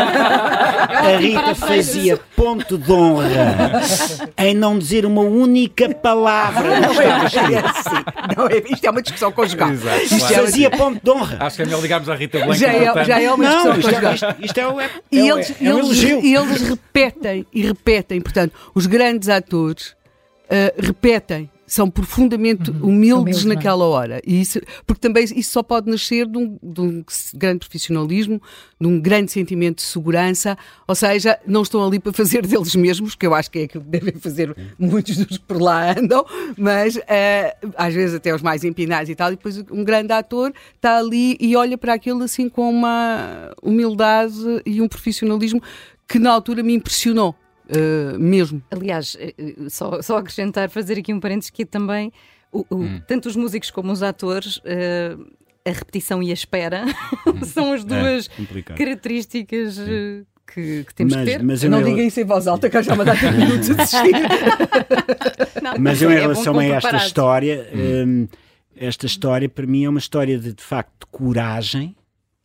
A Rita fazia ponto de honra em não dizer uma única palavra.
Não é, é assim. Não é, isto é uma discussão conjugal.
Exato,
Isto
claro.
é uma-
Fazia ponto de honra.
Acho que é melhor ligarmos à Rita Blanco.
já, é,
portanto.
já é uma discussão
Não, isto,
conjugal.
é- isto, isto é, o- é,
E
é,
eles,
é um
eles-
elogio.
e eles repetem e repetem, portanto, os grandes atores ah, repetem, são profundamente humildes
Humildes, não é?
naquela hora. E isso, porque também isso só pode nascer de um, de um grande profissionalismo, de um grande sentimento de segurança, ou seja, não estão ali para fazer deles mesmos, que eu acho que é aquilo que devem fazer muitos dos que por lá andam, mas ah, às vezes até os mais empinados e tal, e depois um grande ator está ali e olha para aquilo assim com uma humildade e um profissionalismo que na altura me impressionou. Uh, mesmo.
Aliás, eh, eh, só, só acrescentar, fazer aqui um parênteses que também, o, o- tanto os músicos como os atores, eh, a repetição e a espera são as duas
é
características uh, que, que temos
mas,
que ter.
Mas
não
eu...
diga isso em voz alta, que eu já me dá três minutos a desistir.
Não,
mas eu, em
é
relação a esta
preparado.
história, hum, esta história para mim é uma história de, de facto, de coragem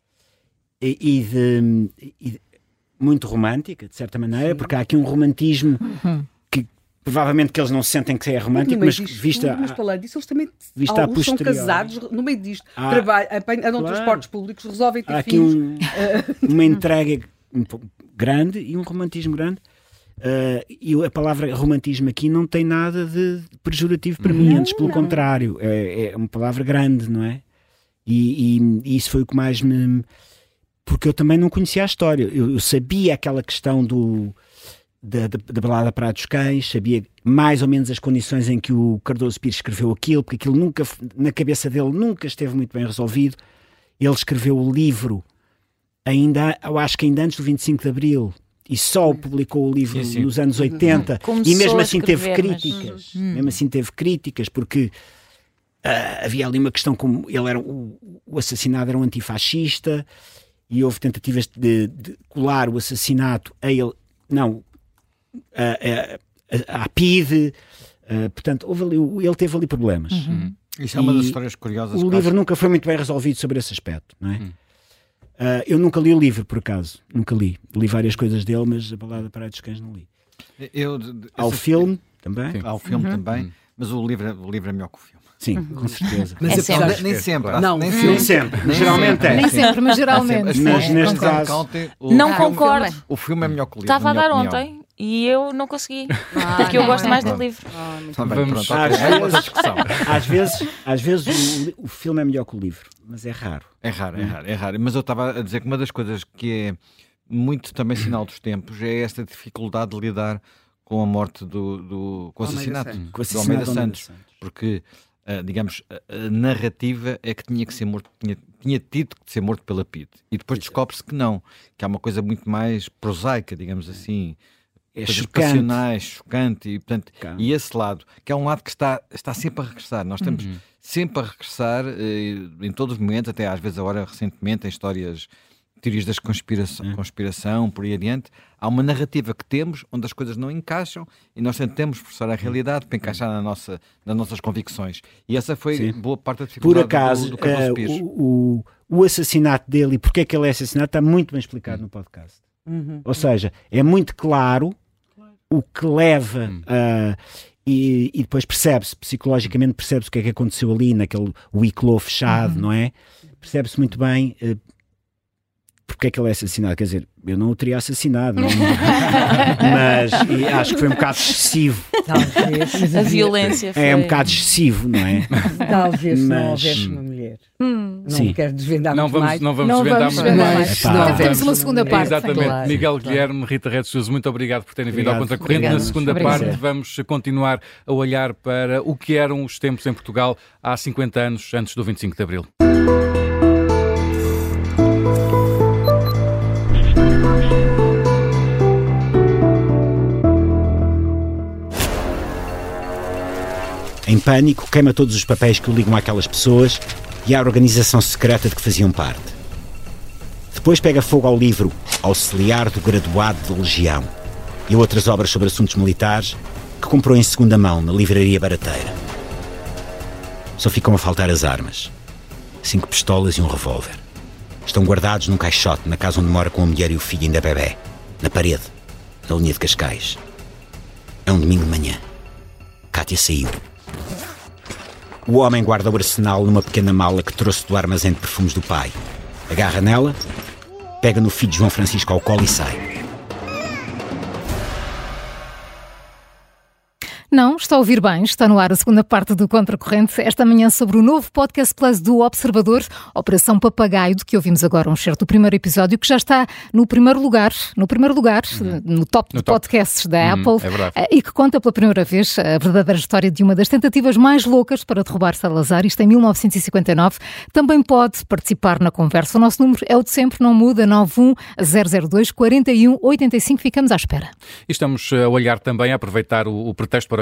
e, e, de, e de muito romântica, de certa maneira, porque há aqui um romantismo
Uhum.
que provavelmente que eles não sentem que é romântico, mas
disto,
vista,
mas para lá disso, eles também
vista a
alguns são
posteriori.
casados no meio disto.
Ah,
Trabalham, apanham, andam
claro.
transportes públicos, resolvem ter
há aqui
filhos.
um, uma entrega um pouco grande e um romantismo grande. Uh, e a palavra romantismo aqui não tem nada de pejorativo para mim, antes pelo
não.
contrário, é, é uma palavra grande, não é? E, e, e isso foi o que mais me... Porque eu também não conhecia a história, eu, eu sabia aquela questão do, da, da, da balada Praia dos Cães, sabia mais ou menos as condições em que o Cardoso Pires escreveu aquilo, porque aquilo nunca, na cabeça dele nunca esteve muito bem resolvido. Ele escreveu o livro ainda, eu acho que ainda antes do vinte e cinco de Abril, e só publicou o livro
sim, sim.
nos anos oitenta,
Começou
e mesmo
a
assim teve
escrever, mas-
críticas,
Hum.
mesmo assim teve críticas, porque ah, havia ali uma questão como ele era, o, o assassinado era um antifascista, e houve tentativas de, de colar o assassinato a ele, não, a, a, a, à P I D, ah, portanto, houve ali, ele teve ali problemas.
Uhum.
Isso é uma das
E
histórias curiosas.
O
que
livro
acho-
nunca foi muito bem resolvido sobre esse aspecto, não é?
Hum.
Ah, eu nunca li o livro, por acaso, nunca li. Li várias coisas dele, mas a Balada Praia dos Cães não li.
Eu, de- de-
Há o
esse-
filme também?
Sim.
Há o filme
Uhum.
também,
Uhum.
mas o livro, é- o livro é melhor que o filme.
Sim, com certeza.
Mas
É
apesar-
sempre.
Nem sempre.
Não,
nem
nem
Nem sempre, geralmente é.
Nem sempre, mas geralmente.
As
sim,
Mas
pessoas
neste
não
caso-
contem, o
Não
filme-
concordo.
O filme é melhor que o livro.
Estava a
na
dar
minha opinião.
ontem e eu não consegui.
Ah,
Porque eu
não,
gosto
é.
mais do
Pronto.
livro.
Ah, muito
Tá bem,
Vamos-
pronto, ok.
Às
É outra
vezes-
discussão.
Às vezes, às vezes o, li- o filme é melhor que o livro, mas é raro.
É raro, é raro, é raro. Mas eu estava a dizer que uma das coisas que é muito também sinal dos tempos é esta dificuldade de lidar com a morte do, do com o
Almeida
assassinato
Santos.
Com o
do Almeida
assassinato de Almeida
Santos. Porque, ah, digamos, a, a narrativa é que tinha que ser morto, tinha, tinha tido que ser morto pela P I D. E depois descobre-se que não, que há uma coisa muito mais prosaica, digamos assim.
É
Coisas
chocante.
passionais, chocante, e, portanto,
Chocante.
e esse lado, que é um lado que está, está sempre a regressar. Nós estamos
Uhum.
sempre a regressar eh, em todos os momentos, até às vezes agora recentemente em histórias, teorias da conspiração,
É.
conspiração, por aí adiante. Há uma narrativa que temos onde as coisas não encaixam e nós tentamos forçar a realidade para encaixar na nossa, nas nossas convicções. E essa foi
Sim.
boa parte da
Por
dificuldade
acaso,
do, do Cardoso
eh,
Pires.
o, o, o assassinato dele e porque é que ele é assassinado está muito bem explicado no podcast.
Uhum.
Ou seja, é muito claro o que leva a. E, e depois percebe-se, psicologicamente percebe-se o que é que aconteceu ali naquele huic-clos fechado, não é? Percebe-se muito bem eh, porque é que ele é assassinado. Quer dizer, eu não o teria assassinado, não- mas e acho que foi um bocado excessivo.
Talvez, mas
A
havia-
violência foi...
É um bocado excessivo, não é?
Talvez se não
Mas-
houvesse uma mulher.
Hum.
Não
Sim.
quero desvendar
Não
muito
vamos,
mais.
não vamos
Não
desvendar
vamos
muito
desvendar
mais.
mais.
Epá.
Até
Não,
temos uma
vamos-
segunda parte.
Exatamente.
Claro,
Miguel
claro.
Guilherme, Rita Red Jesus, muito obrigado por terem vindo ao
Obrigado.
Contracorrente. Na
Obrigada.
segunda
Obrigado.
parte vamos continuar a olhar para o que eram os tempos em Portugal há cinquenta anos, antes do vinte e cinco de Abril.
Em pânico, queima todos os papéis que o ligam àquelas pessoas e à organização secreta de que faziam parte. Depois pega fogo ao livro Auxiliar do Graduado de Legião e a outras obras sobre assuntos militares que comprou em segunda mão na livraria barateira. Só ficam a faltar as armas. Cinco pistolas e um revólver. Estão guardados num caixote na casa onde mora com a mulher e o filho ainda bebé. Na parede, na linha de Cascais. É um domingo de manhã. Cátia saiu. O homem guarda o arsenal numa pequena mala que trouxe do armazém de perfumes do pai. Agarra nela, pega no filho de João Francisco ao colo e sai.
Não, está a ouvir bem, está no ar a segunda parte do Contracorrente, esta manhã sobre o novo Podcast Plus do Observador, Operação Papagaio, de que ouvimos agora um certo do primeiro episódio, que já está no primeiro lugar, no primeiro lugar, uhum. no top
No
de
top.
podcasts da
Uhum,
Apple,
é verdade.
e que conta pela primeira vez a verdadeira história de uma das tentativas mais loucas para derrubar Salazar, isto em mil novecentos e cinquenta e nove. Também pode participar na conversa. O nosso número é o de sempre, não muda, nove um zero zero dois, quatro um oito cinco. Ficamos à espera.
E estamos a olhar também, a aproveitar o, o pretexto para olhar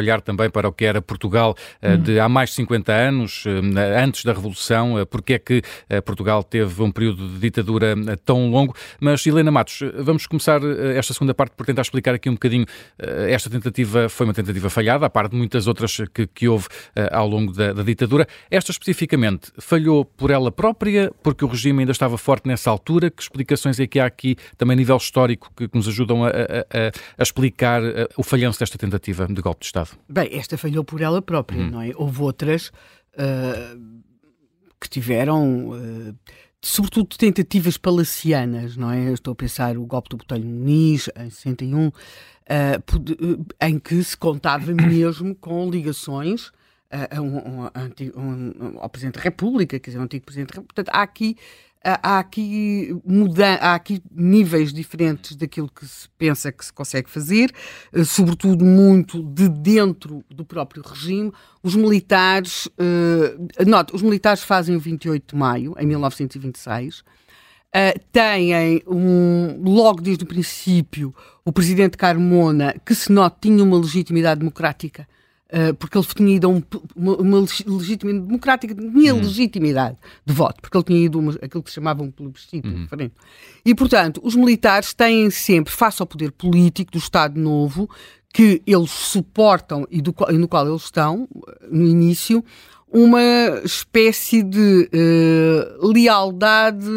olhar também para o que era Portugal uh, de há mais de cinquenta anos, uh, antes da Revolução, uh, porque é que uh, Portugal teve um período de ditadura uh, tão longo. Mas, Helena Matos, vamos começar uh, esta segunda parte por tentar explicar aqui um bocadinho. Uh, esta tentativa foi uma tentativa falhada, à par de muitas outras que, que houve uh, ao longo da, da ditadura. Esta especificamente falhou por ela própria, porque o regime ainda estava forte nessa altura. Que explicações é que há aqui, também a nível histórico, que, que nos ajudam a, a, a, a explicar a, o falhanço desta tentativa de golpe de Estado?
Bem, esta falhou por ela própria, uhum. não é? Houve outras uh, que tiveram, uh, sobretudo, tentativas palacianas, não é? Eu estou a pensar o golpe do Botelho Muniz, em sessenta e um, uh, em que se contava mesmo com ligações uh, a um, um, um, um, ao Presidente da República, quer dizer, um antigo Presidente da República. Portanto, há aqui... Há aqui, muda, há aqui níveis diferentes daquilo que se pensa que se consegue fazer, sobretudo muito de dentro do próprio regime. Os militares, uh, note, os militares fazem o vinte e oito de maio, em mil novecentos e vinte e seis, uh, têm, um, logo desde o princípio, o presidente Carmona, que se note tinha uma legitimidade democrática, Uh, porque ele tinha ido a um, uma, uma legitimidade democrática, tinha uhum. legitimidade de voto, porque ele tinha ido a uma, aquilo que se chamava um plebiscito uhum. diferente. E, portanto, os militares têm sempre, face ao poder político do Estado Novo, que eles suportam e, do, e no qual eles estão, no início, uma espécie de uh, lealdade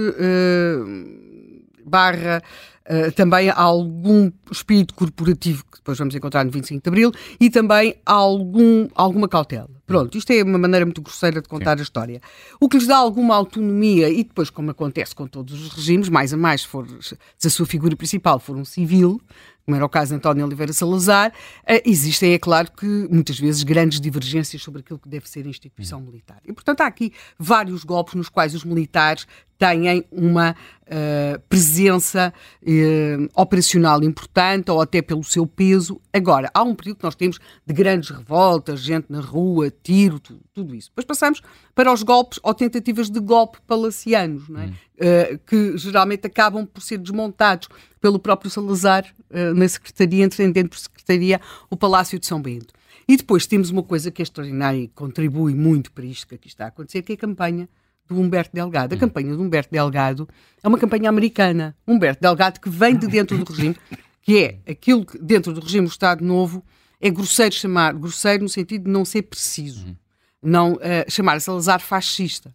uh, barra Uh, também há algum espírito corporativo que depois vamos encontrar no vinte e cinco de Abril e também há algum, alguma cautela. Pronto, isto é uma maneira muito grosseira de contar Sim. a história. O que lhes dá alguma autonomia e depois, como acontece com todos os regimes, mais a mais, for, se a sua figura principal for um civil, como era o caso de António Oliveira Salazar, uh, existem, é claro, que muitas vezes grandes divergências sobre aquilo que deve ser a instituição militar. E, portanto, há aqui vários golpes nos quais os militares têm uma uh, presença uh, operacional importante ou até pelo seu peso. Agora, há um período que nós temos de grandes revoltas, gente na rua, tiro, tudo, tudo isso. Depois passamos para os golpes ou tentativas de golpe palacianos, não é? Hum. Uh, que geralmente acabam por ser desmontados pelo próprio Salazar uh, na Secretaria, entendendo por Secretaria o Palácio de São Bento. E depois temos uma coisa que é extraordinária e contribui muito para isto que aqui está a acontecer, que é a campanha do Humberto Delgado. A hum. campanha do Humberto Delgado é uma campanha americana. Humberto Delgado que vem de dentro do regime, que é aquilo que dentro do regime do Estado Novo é grosseiro chamar, grosseiro no sentido de não ser preciso, hum. não uh, chamar Salazar fascista.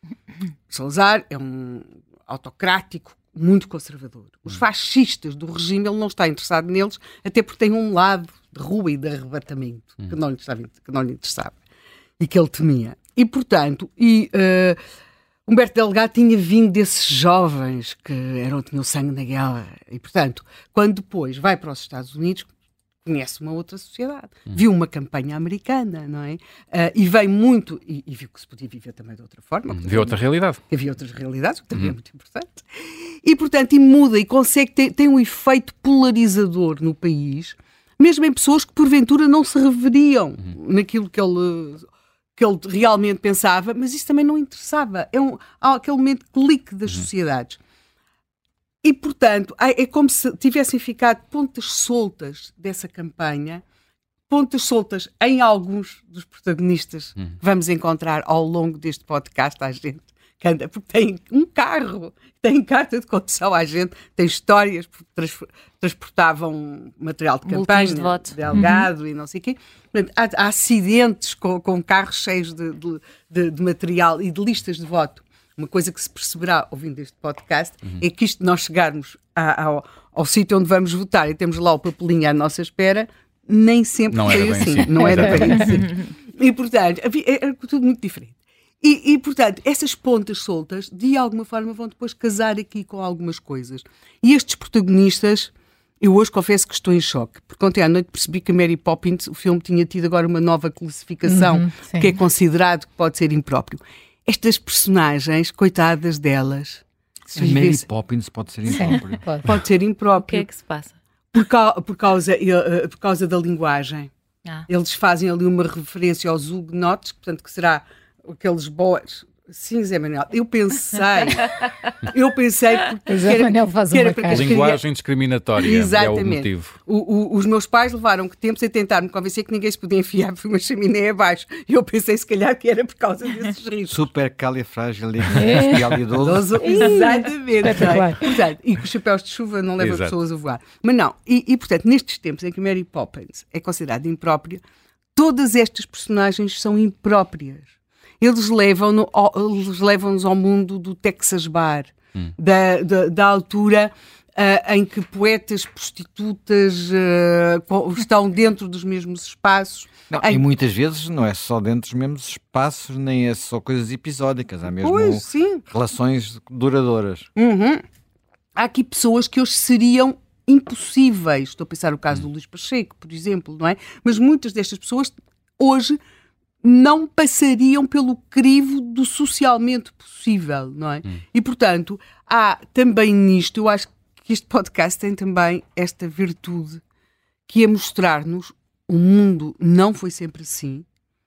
Salazar é um autocrático muito conservador. Os fascistas do regime, ele não está interessado neles, até porque tem um lado de rua e de arrebatamento hum. que, não lhe estava, que não lhe interessava e que ele temia. E, portanto, e, uh, Humberto Delgado tinha vindo desses jovens que eram, tinham sangue na guerra. E, portanto, quando depois vai para os Estados Unidos, conhece uma outra sociedade. Hum. Viu uma campanha americana, não é? Uh, e veio muito... E, e viu que se podia viver também de outra forma.
Hum, viu outra realidade.
Havia outras realidades, o que também hum. é muito importante. E, portanto, e muda e consegue ter... Tem um efeito polarizador no país, mesmo em pessoas que, porventura, não se reveriam hum. naquilo que ele... que ele realmente pensava, mas isso também não interessava. É um, há aquele momento de clique das uhum. sociedades. E, portanto, é como se tivessem ficado pontas soltas dessa campanha, pontas soltas em alguns dos protagonistas uhum. que vamos encontrar ao longo deste podcast, à gente que anda, porque tem um carro, tem carta de condução à gente, tem histórias, trans, transportavam material de campanha,
de voto.
Delgado uhum. e não sei o quê. Há, há acidentes com, com carros cheios de, de, de, de material e de listas de voto. Uma coisa que se perceberá ouvindo este podcast uhum. é que isto, nós chegarmos a, ao, ao sítio onde vamos votar e temos lá o papelinho à nossa espera, nem sempre
não
foi assim. assim. Não era bem assim. E, portanto, era tudo muito diferente. E, e, portanto, essas pontas soltas, de alguma forma, vão depois casar aqui com algumas coisas. E estes protagonistas, eu hoje confesso que estou em choque, porque ontem à noite percebi que a Mary Poppins, o filme tinha tido agora uma nova classificação, uhum, que é considerado que pode ser impróprio. Estas personagens, coitadas delas...
A Mary vezes, Poppins pode ser impróprio.
Sim, pode. pode ser impróprio.
O que é que se passa?
Por, ca- por, causa, uh, por causa da linguagem.
Ah.
Eles fazem ali uma referência aos huguenotes, portanto, que será... aqueles boers Sim, Zé Manuel, eu pensei, eu pensei porque
Zé Manuel faz uma cara.
Linguagem discriminatória. Exatamente. É o motivo.
O, o, os meus pais levaram que tempos a tentar me convencer que ninguém se podia enfiar por uma chaminé abaixo. E eu pensei, se calhar, que era por causa desses riscos.
Supercalifragilisticexpialidocious.
Exatamente. Portanto, e que os chapéus de chuva não levam Exato. Pessoas a voar. Mas não, e, e portanto, nestes tempos em que Mary Poppins é considerada imprópria, todas estas personagens são impróprias. Eles levam-nos eles levam-nos ao mundo do Texas Bar, hum. da, da, da altura uh, em que poetas, prostitutas uh, estão dentro dos mesmos espaços.
Não,
em...
E muitas vezes não é só dentro dos mesmos espaços, nem é só coisas episódicas, há mesmo
pois, sim.
relações duradouras.
Uhum. Há aqui pessoas que hoje seriam impossíveis. Estou a pensar no caso hum. do Luís Pacheco, por exemplo, não é? Mas muitas destas pessoas hoje não passariam pelo crivo do socialmente possível, não é? Hum. E, portanto, há também nisto, eu acho que este podcast tem também esta virtude, que é mostrar-nos o mundo não foi sempre assim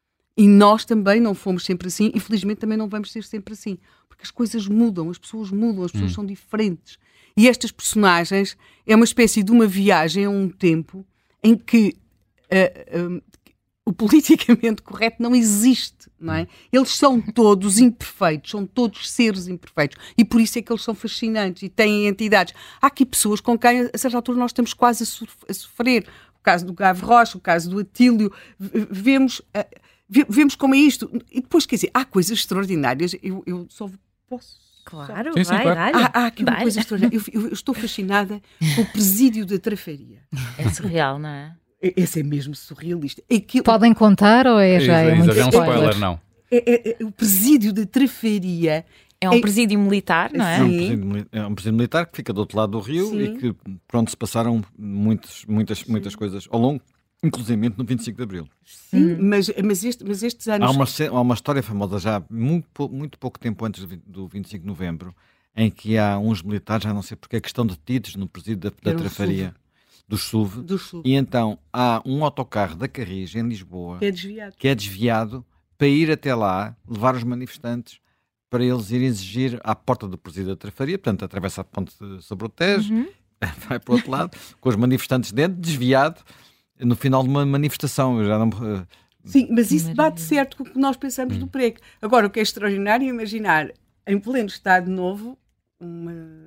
e nós também não fomos sempre assim e, felizmente, também não vamos ser sempre assim. Porque as coisas mudam, as pessoas mudam, as pessoas hum. são diferentes. E estas personagens é uma espécie de uma viagem a um tempo em que Uh, uh, o politicamente correto não existe, não é? Eles são todos imperfeitos, são todos seres imperfeitos e por isso é que eles são fascinantes e têm entidades. Há aqui pessoas com quem, a certa altura, nós estamos quase a, so- a sofrer. O caso do Gavroche, o caso do Atílio, vemos, uh, vemos como é isto. E depois, quer dizer, há coisas extraordinárias. Eu, eu só posso...
Claro,
sim, sim,
vai,
claro.
Há, há aqui uma coisa extraordinária. Eu, eu, eu estou fascinada com o presídio da Trafaria.
É surreal, não é?
Esse é mesmo surrealista. Aquilo...
Podem contar ou é já é, é muito
é um spoiler? Não.
É, é, é, o presídio da Trafaria
é um é... presídio militar, não é?
É um presídio, é um presídio militar que fica do outro lado do rio Sim. e que pronto se passaram muitos, muitas, muitas coisas ao longo, inclusive no vinte e cinco de Abril.
Sim, hum. mas, mas, este, mas estes anos...
Há uma, há uma história famosa já muito, muito pouco tempo antes do vinte e cinco de Novembro em que há uns militares, já não sei porque, que estão detidos no presídio da, da Trafaria. Do S U V,
do S U V.
E então há um autocarro da Carris em Lisboa
que é desviado,
que é desviado para ir até lá, levar os manifestantes para eles irem exigir à porta do presídio da Trafaria, portanto atravessa a ponte sobre o Tejo, uhum. vai para o outro lado, com os manifestantes dentro, desviado, no final de uma manifestação. Eu já não...
Sim, mas isso bate certo com o que nós pensamos hum. do P R E C. Agora, o que é extraordinário é imaginar, em pleno Estado Novo, uma...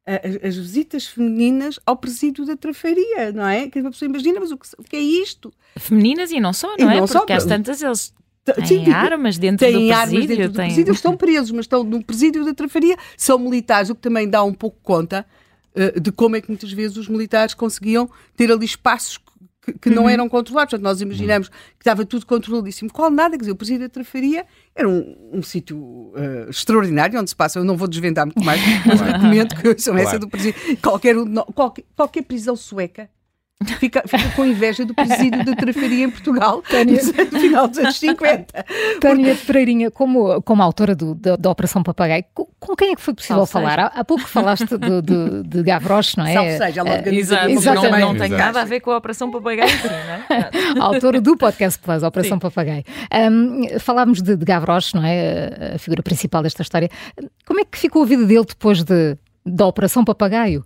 as visitas femininas ao presídio da Trafaria, não é? Que a pessoa imagina, mas o que, o que é isto?
Femininas e não só, não e é? Não Porque só, às tantas eles têm sim, armas dentro
têm
do
armas
presídio.
Dentro do
têm...
presídio, estão presos, mas estão no presídio da Trafaria, são militares, o que também dá um pouco conta uh, de como é que muitas vezes os militares conseguiam ter ali espaços que, que não uhum. eram controlados. Portanto, nós imaginamos que estava tudo controladíssimo. Qual nada, quer dizer, o presídio da Trafaria era um, um sítio uh, extraordinário onde se passa, eu não vou desvendar muito mais, mas recomendo que eu sou essa do presídio. Qualquer, qualquer, qualquer prisão sueca Fica, fica com inveja do presídio da Trafaria em Portugal Tânia, no final dos anos cinquenta.
Tânia Porque... Pereirinha, como, como autora do, da, da Operação Papagaio, com, com quem é que foi possível Salve falar? Há, há pouco falaste de, de, de Gavroche, não é?
Salve seja, ela organiza.
Exato, não, não tem nada a ver com a Operação Papagaio, sim, não é?
A autora do Podcast Plus, a Operação sim. Papagaio. Um, falámos de, de Gavroche, não é? A figura principal desta história. Como é que ficou a vida dele depois de, da Operação Papagaio?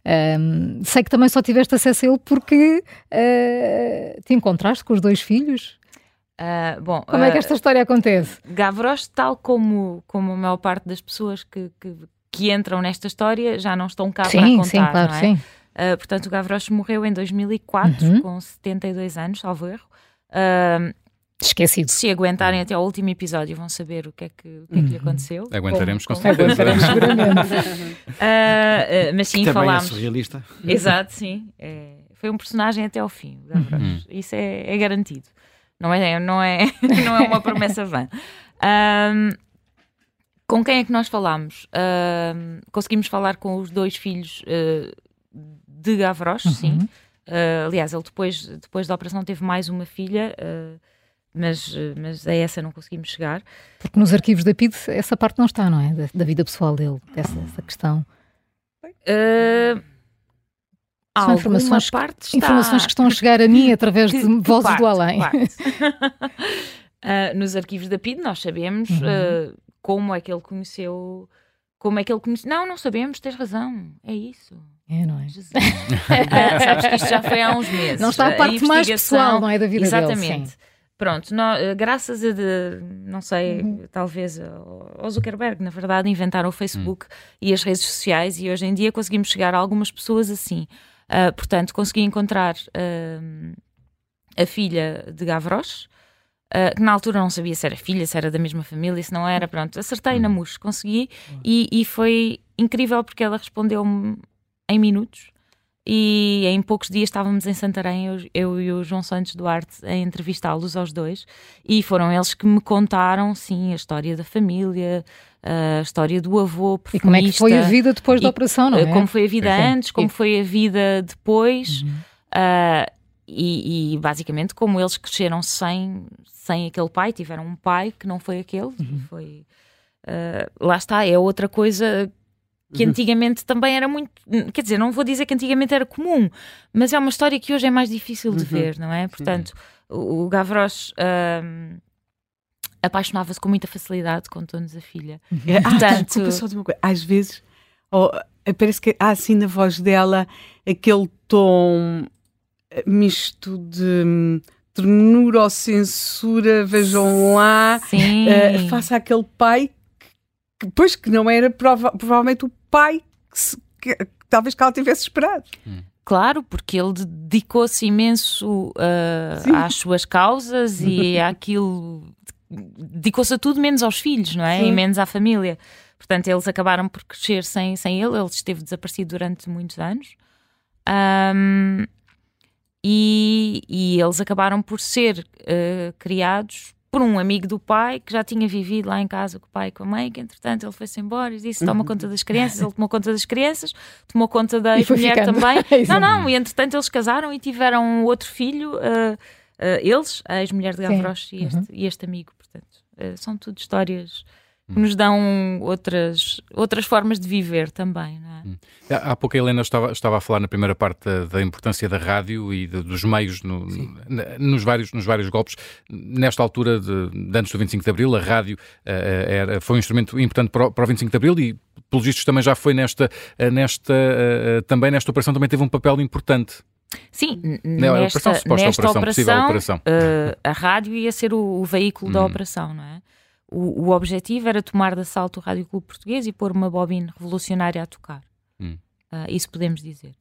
Um, sei que também só tiveste acesso a ele porque uh, te encontraste com os dois filhos.
Uh, bom,
como uh, é que esta história acontece?
Gavroche, tal como, como a maior parte das pessoas que, que, que entram nesta história, já não estão cá
sim,
para contar,
sim, claro,
não é?
Sim.
Uh, portanto, o Gavroche morreu em dois mil e quatro, uhum. com setenta e dois anos, salvo erro. Uh,
Esquecido.
Se aguentarem até ao último episódio vão saber o que é que, o que, é que lhe aconteceu.
Aguentaremos
com,
com certeza.
Aguentaremos seguramente.
uh, uh, mas sim,
que
falámos.
Também é surrealista.
Exato, sim. É, foi um personagem até ao fim, o Gavroche. Uhum. Isso é, é garantido. Não é, não, é, não é uma promessa vã. Um, com quem é que nós falámos? Um, conseguimos falar com os dois filhos uh, de Gavroche, uhum. sim. Uh, aliás, ele depois, depois da operação teve mais uma filha, uh, mas, mas a essa não conseguimos chegar.
Porque nos arquivos da P I D essa parte não está, não é? Da, da vida pessoal dele, dessa essa questão.
Uh,
São informações,
parte está...
informações que estão a chegar a mim através de vozes
parte,
do além.
uh, nos arquivos da P I D nós sabemos... Uhum. Uh, como é que ele conheceu... Como é que ele conheceu... Não, não sabemos, tens razão, é isso.
É, não é?
Jesus. uh, sabes que isto já foi há uns meses.
Não está a parte a mais pessoal, não é, da vida
exatamente.
dele. Exatamente.
Pronto, nós, graças a, de, não sei, uhum. talvez ao Zuckerberg, na verdade, inventaram o Facebook uhum. e as redes sociais, e hoje em dia conseguimos chegar a algumas pessoas assim. Uh, portanto, consegui encontrar uh, a filha de Gavroche, uh, que na altura não sabia se era filha, se era da mesma família, se não era, pronto, acertei uhum. na mousse, consegui, uhum. e, e foi incrível porque ela respondeu-me em minutos. E em poucos dias estávamos em Santarém, eu, eu e o João Santos Duarte, a entrevistá-los aos dois, e foram eles que me contaram, sim, a história da família, a história do avô perfumista.
E como é que foi a vida depois da operação, não é?
Como foi a vida é. antes, como foi a vida depois, uhum. uh, e, e basicamente como eles cresceram sem, sem aquele pai, tiveram um pai que não foi aquele, uhum. foi, uh, lá está, é outra coisa... que antigamente também era muito... Quer dizer, não vou dizer que antigamente era comum, mas é uma história que hoje é mais difícil de uhum. ver, não é? Portanto, o, o Gavroche um, apaixonava-se com muita facilidade, contou-nos a filha.
Uhum. Ah, portanto... desculpa, só de uma coisa. Às vezes, oh, parece que há assim na voz dela aquele tom misto de... ternura ou censura, vejam lá, uh, faça aquele pai que, pois, que não era prova, provavelmente o pai que, se, que, que talvez que ela tivesse esperado.
Hum. Claro, porque ele dedicou-se imenso uh, às suas causas e àquilo, dedicou-se a tudo menos aos filhos, não é? Sim. E menos à família. Portanto, eles acabaram por crescer sem, sem ele, ele esteve desaparecido durante muitos anos. Um, e, e eles acabaram por ser uh, criados por um amigo do pai que já tinha vivido lá em casa com o pai e com a mãe, que entretanto ele foi-se embora e disse toma conta das crianças, ele tomou conta das crianças, tomou conta da mulher também. não, não, e entretanto eles casaram e tiveram outro filho, uh, uh, eles, a ex-mulher de Gavroche e, este, uhum. e este amigo, portanto, uh, são tudo histórias que nos dão outras, outras formas de viver também, não é?
Há pouco a Helena estava, estava a falar na primeira parte da, da importância da rádio e de, dos meios no, nos, vários, nos vários golpes. Nesta altura, de, de antes do vinte e cinco de Abril, a rádio uh, era, foi um instrumento importante para o, para o vinte e cinco de Abril e, pelos vistos, também já foi nesta, nesta, uh, também nesta operação, também teve um papel importante.
Sim, não, nesta, operação, nesta operação, operação, operação. Uh, a rádio ia ser o, o veículo hum. da operação, não é? O, o objetivo era tomar de assalto o Rádio Clube Português e pôr uma bobina revolucionária a tocar. Hum. Uh, isso podemos dizer.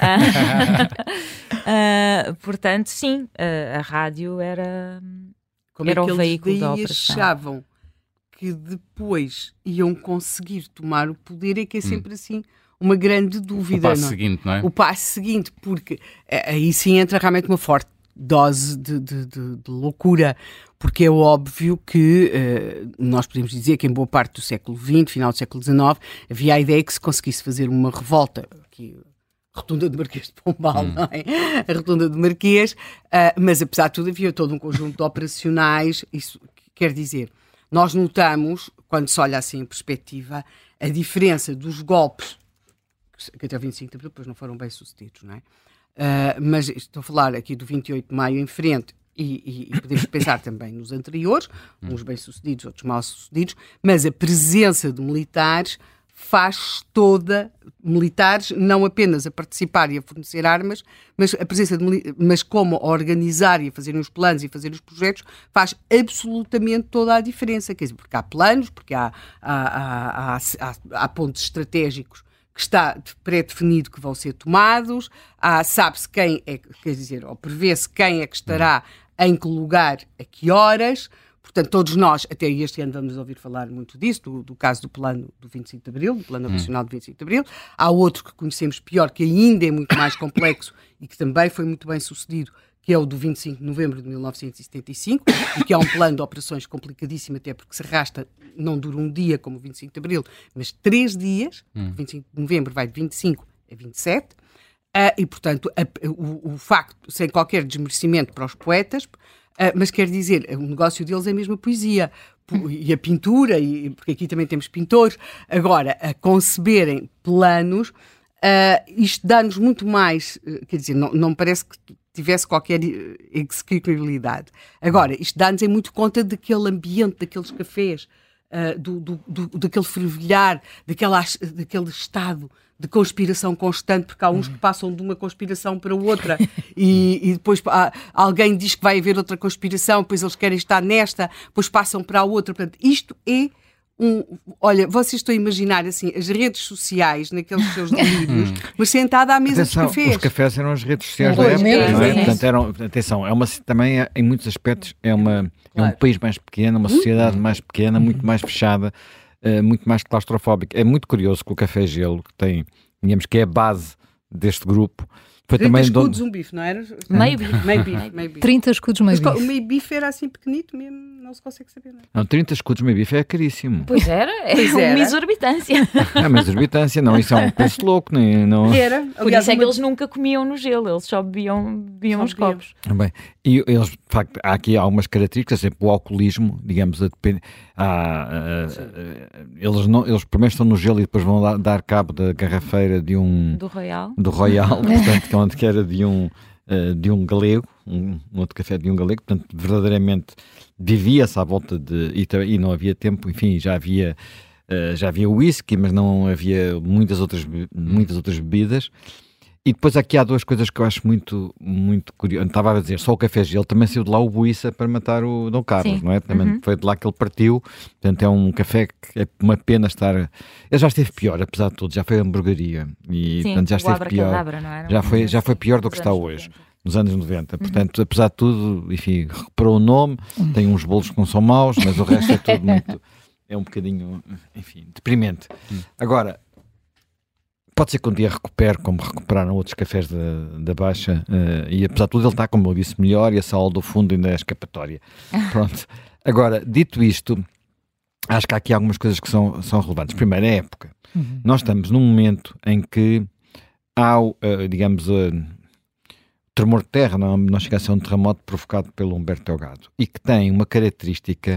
uh, portanto, sim, uh, a rádio era,
Como
era
é que
o veículo da
eles
operação.
achavam que depois iam conseguir tomar o poder é que é sempre hum. assim uma grande dúvida.
O passo
não é?
seguinte, não é?
O passo seguinte, porque aí sim entra realmente uma forte dose de, de, de, de loucura, porque é óbvio que uh, nós podemos dizer que em boa parte do século vinte, final do século dezenove, havia a ideia que se conseguisse fazer uma revolta, aqui, a Rotunda do Marquês de Pombal, hum. não é? A Rotunda do Marquês, uh, mas apesar de tudo havia todo um conjunto de operacionais, isso quer dizer, nós notamos, quando se olha assim em perspectiva, a diferença dos golpes, que até o vinte e cinco de Abril depois não foram bem sucedidos, não é? Uh, mas estou a falar aqui do vinte e oito de Maio em frente e, e, e podemos pensar também nos anteriores, uns bem-sucedidos, outros mal-sucedidos, mas a presença de militares faz toda, militares não apenas a participar e a fornecer armas, mas a presença de mas como a organizar e a fazer os planos e fazer os projetos faz absolutamente toda a diferença, quer dizer, porque há planos, porque há, há, há, há, há, há pontos estratégicos que está pré-definido que vão ser tomados, ah, sabe-se quem é, quer dizer, ou prevê-se quem é que estará em que lugar, a que horas, portanto todos nós, até este ano vamos ouvir falar muito disso, do, do caso do plano do vinte e cinco de Abril, do plano operacional do vinte e cinco de Abril, há outro que conhecemos pior, que ainda é muito mais complexo e que também foi muito bem sucedido, que é o do vinte e cinco de Novembro de mil novecentos e setenta e cinco, e que é um plano de operações complicadíssimo, até porque se arrasta, não dura um dia como o vinte e cinco de Abril, mas três dias, hum. vinte e cinco de Novembro vai de vinte e cinco a vinte e sete, uh, e portanto a, o, o facto, sem qualquer desmerecimento para os poetas, uh, mas quer dizer, o negócio deles é mesmo a poesia, e a pintura, e, porque aqui também temos pintores, agora, a conceberem planos, uh, isto dá-nos muito mais, uh, quer dizer, não, não me parece que tivesse qualquer execuibilidade. Agora, isto dá-nos em muito conta daquele ambiente, daqueles cafés, uh, do, do, do, daquele fervilhar, daquela, daquele estado de conspiração constante, porque há uns que passam de uma conspiração para outra e, e depois há, alguém diz que vai haver outra conspiração, depois eles querem estar nesta, depois passam para a outra. Portanto, isto é um... Olha, vocês estão a imaginar assim, as redes sociais naqueles seus delírios, mas sentada à mesa
atenção,
dos cafés.
Os cafés eram as redes sociais da
Pois,
época,
é,
não é?
é, é.
Portanto, eram, atenção, é uma, também é, em muitos aspectos é, uma, é um
Claro.
país mais pequeno, uma sociedade mais pequena, muito mais fechada, uh, muito mais claustrofóbica. É muito curioso que o Café Gelo, que tem, digamos que é a base deste grupo, foi
trinta
também
escudos,
de...
um bife, não era?
Meio bife.
Meio bife, meio bife.
trinta escudos, meio
Mas,
bife.
o meio bife era assim pequenito mesmo, não se consegue saber nada.
Não, trinta escudos meio bife é caríssimo.
Pois era, é
Pois
uma
era.
exorbitância.
É uma exorbitância, não, isso é um preço louco. Nem, não...
Era.
Por
Aliás,
isso é que
uma-
eles nunca comiam no gelo, eles só bebiam, bebiam
Só
os
bebiam.
copos.
Bem, e eles, de facto, há aqui algumas características, por exemplo, o alcoolismo, digamos, a depend... há, ah, ah, eles, não, eles primeiro estão no gelo e depois vão lá dar cabo da garrafeira de um...
Do Royal.
do Royal, portanto, que é onde que era de um, uh, de um galego, um, um outro café de um galego, portanto, verdadeiramente vivia-se à volta de... E, ta- e não havia tempo, enfim, já havia, uh, já havia whisky, mas não havia muitas outras, be- muitas outras bebidas. E depois aqui há duas coisas que eu acho muito, muito curiosas. Estava a dizer, só o Café Gelo também saiu de lá o Buissa para matar o Dom Carlos,
Sim.
não é? Também
Uhum.
foi de lá que ele partiu. Portanto, é um café que é uma pena estar... Ele já esteve pior, apesar de tudo. Já foi hamburgueria. E,
Sim,
portanto, já
o
esteve pior.
Abracadabra, não era?
Já foi, já foi pior do que
Nos
está
anos
hoje,
noventa.
nos anos noventa. Portanto, apesar de tudo, enfim, recuperou o nome, tem uns bolos que não são maus, mas o resto é tudo muito... É um bocadinho, enfim, deprimente. Agora, pode ser que um dia recupere, como recuperaram outros cafés da, da Baixa, eh, e apesar de tudo ele está, como eu disse, melhor e a sala do fundo ainda é escapatória. Pronto. Agora, dito isto, acho que há aqui algumas coisas que são, são relevantes. Primeiro, a época.
Uhum.
Nós estamos num momento em que há, uh, digamos, uh, tremor de terra, não, não chega a ser um terremoto provocado pelo Humberto Delgado, e que tem uma característica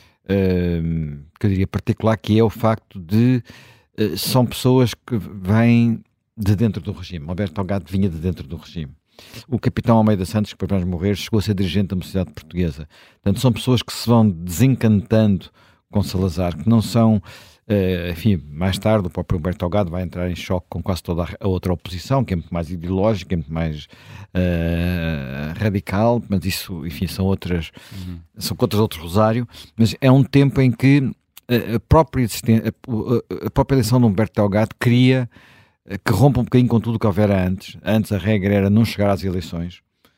uh, que eu diria particular, que é o facto de uh, são pessoas que vêm de dentro do regime. Humberto Delgado vinha de dentro do regime. O capitão Almeida Santos, que depois vai morrer, chegou a ser dirigente da Mocidade Portuguesa. Portanto, são pessoas que se vão desencantando com Salazar, que não são... Uh, enfim, mais tarde o próprio Humberto Delgado vai entrar em choque com quase toda a outra oposição, que é muito mais ideológica, é muito mais uh, radical, mas isso, enfim, são outras, uhum. são contas de outro rosário, mas é um tempo em que a própria, a, a própria eleição de Humberto Delgado cria que rompa um bocadinho com tudo o que houvera antes. Antes a regra era não chegar às eleições.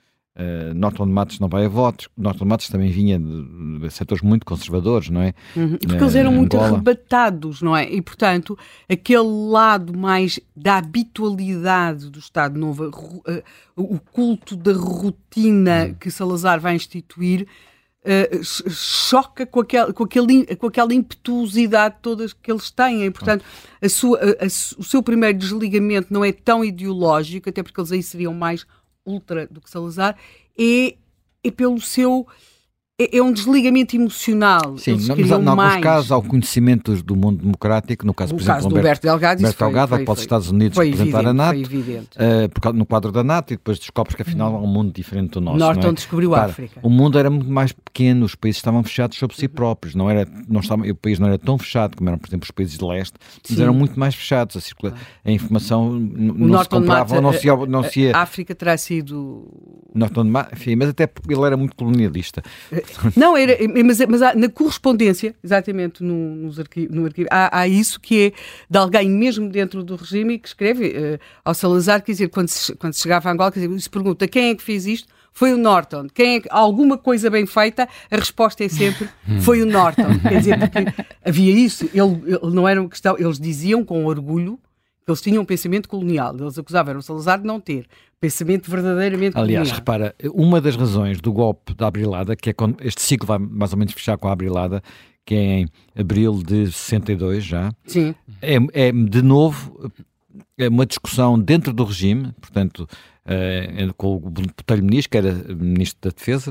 Uh, Norton de Matos não vai a votos. Norton de Matos também vinha de, de setores muito conservadores, não é?
Uhum. Porque
uh,
eles eram muito
Angola.
arrebatados, não é? E, portanto, aquele lado mais da habitualidade do Estado Novo, uh, o culto da rotina uhum. que Salazar vai instituir, uh, choca com, aquel, com, aquele, com aquela impetuosidade toda que eles têm. E, portanto, a sua, a, a, o seu primeiro desligamento não é tão ideológico, até porque eles aí seriam mais ultra do que Salazar, é, é pelo seu... É, é um desligamento emocional.
Sim,
Eles
mas
queriam
em alguns
mais.
casos, ao conhecimento do mundo democrático, no caso,
No
por exemplo,
caso do
Humberto,
Humberto Delgado, isso
Humberto
foi,
Delgado
foi,
vai para os
foi,
Estados Unidos
foi
representar
evidente,
a NATO,
foi evidente.
uh, por, no quadro da NATO, e depois descobre que afinal há um mundo diferente do nosso.
Norton
não é?
descobriu a
Para,
África.
O mundo era muito mais pequeno, os países estavam fechados sobre si próprios, não era, não estava, o país não era tão fechado como eram, por exemplo, os países de leste, mas
Sim.
eram muito mais fechados, a, circula, a informação n-
O
não
Norton
se comprava, não se, não se ia...
A África terá sido...
Norton de Ma- enfim, mas até porque ele era muito colonialista.
Não, era, mas, mas há, na correspondência, exatamente no, nos arquivo, no arquivo, há, há isso que é de alguém mesmo dentro do regime que escreve uh, ao Salazar, quer dizer, quando se, quando se chegava a Angola, quer dizer, se pergunta quem é que fez isto, foi o Norton. Quem é que, alguma coisa bem feita, a resposta é sempre foi o Norton. Quer dizer, porque havia isso, ele, ele não era uma questão, eles diziam com orgulho que eles tinham um pensamento colonial, eles acusavam o Salazar de não ter pensamento verdadeiramente
Aliás,
colonial.
repara, uma das razões do golpe da Abrilada, que é quando este ciclo vai mais ou menos fechar com a Abrilada, que é em abril de sessenta e dois já,
Sim.
é, é de novo é uma discussão dentro do regime, portanto, é, com o Botelho Muniz, que era Ministro da Defesa,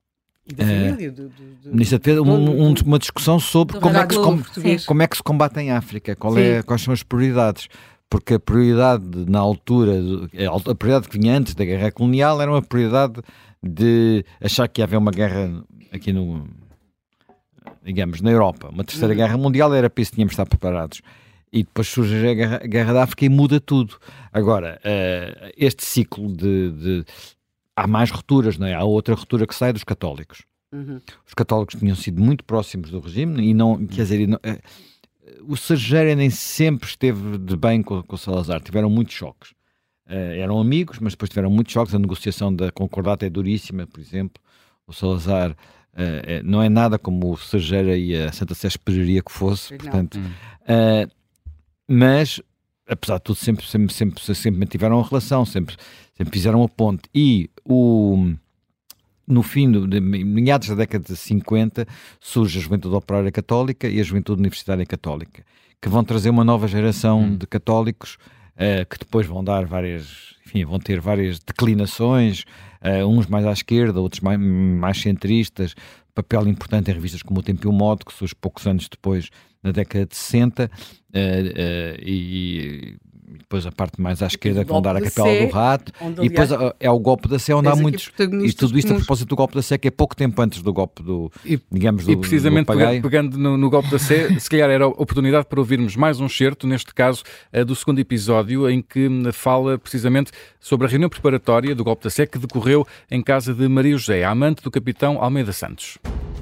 E da família, do, do, do,
Ministro da Defesa, um, um, uma discussão sobre
do
como é, que se, como,
português.
como é que se combate em África, qual é, quais são as prioridades. Porque a prioridade na altura, a prioridade que vinha antes da guerra colonial era uma prioridade de achar que ia haver uma guerra aqui no, digamos, na Europa, uma terceira uhum. guerra mundial, era para isso que tínhamos de estar preparados. E depois surge a guerra, a guerra da África e muda tudo. Agora, uh, este ciclo de, de... Há mais rupturas, não é? Há outra ruptura que sai dos católicos. Uhum. Os católicos tinham sido muito próximos do regime e não, quer dizer, e não, uh, o Sergeira nem sempre esteve de bem com, com o Salazar. Tiveram muitos choques. Uh, eram amigos, mas depois tiveram muitos choques. A negociação da concordata é duríssima, por exemplo. O Salazar... Uh, não é nada como o Sergeira e a Santa Sé esperaria que fosse, não. Portanto, uh, mas apesar de tudo sempre, sempre, sempre, sempre mantiveram a relação, sempre, sempre fizeram a ponte. E o, no fim, do, de meados da década de cinquenta, surge a Juventude Operária Católica e a Juventude Universitária Católica, que vão trazer uma nova geração hum. de católicos uh, que depois vão dar várias, enfim, vão ter várias declinações. Uh, uns mais à esquerda, outros mais, mais centristas, papel importante em revistas como o Tempo e o Modo, que surge poucos anos depois, na década de sessenta, uh, uh, e, e depois a parte mais à esquerda que vão dar a Capela Sé, do Rato, onde, e depois aliás, é o golpe da Sé, onde há muitos, e tudo isto a propósito do golpe da Sé, que é pouco tempo antes do golpe do,
e,
digamos, do,
e precisamente
do Pagaio.
Pegando no, no golpe da Sé, se calhar era a oportunidade para ouvirmos mais um certo, neste caso uh, do segundo episódio, em que uh, fala precisamente sobre a reunião preparatória do golpe da Sé que decorreu em casa de Maria José, a amante do capitão Almeida Santos.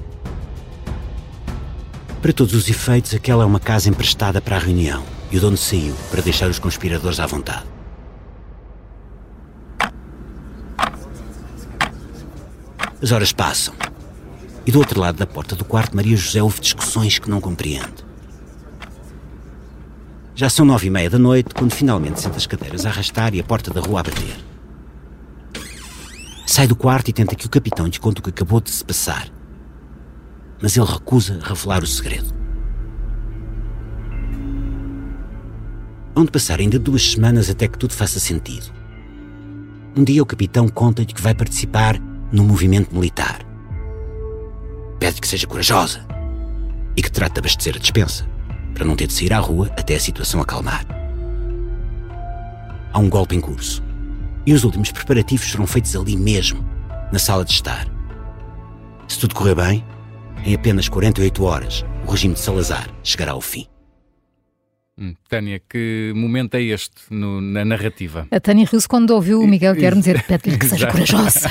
Para todos os efeitos, aquela é uma casa emprestada para a reunião e o dono saiu para deixar os conspiradores à vontade. As horas passam e do outro lado da porta do quarto Maria José ouve discussões que não compreende. Já são nove e meia da noite quando finalmente sente as cadeiras a arrastar e a porta da rua a bater. Sai do quarto e tenta que o capitão lhe conte o que acabou de se passar. Mas ele recusa revelar o segredo. Hão de passar ainda duas semanas até que tudo faça sentido. Um dia o capitão conta-lhe que vai participar num movimento militar. Pede que seja corajosa e que trate de abastecer a despensa, para não ter de sair à rua até a situação acalmar. Há um golpe em curso e os últimos preparativos serão feitos ali mesmo, na sala de estar. Se tudo correr bem, em apenas quarenta e oito horas, o regime de Salazar chegará ao fim.
Hum, Tânia, que momento é este no, na narrativa?
A Tânia riu-se quando ouviu o Miguel Guilherme dizer pede-lhe que seja corajosa.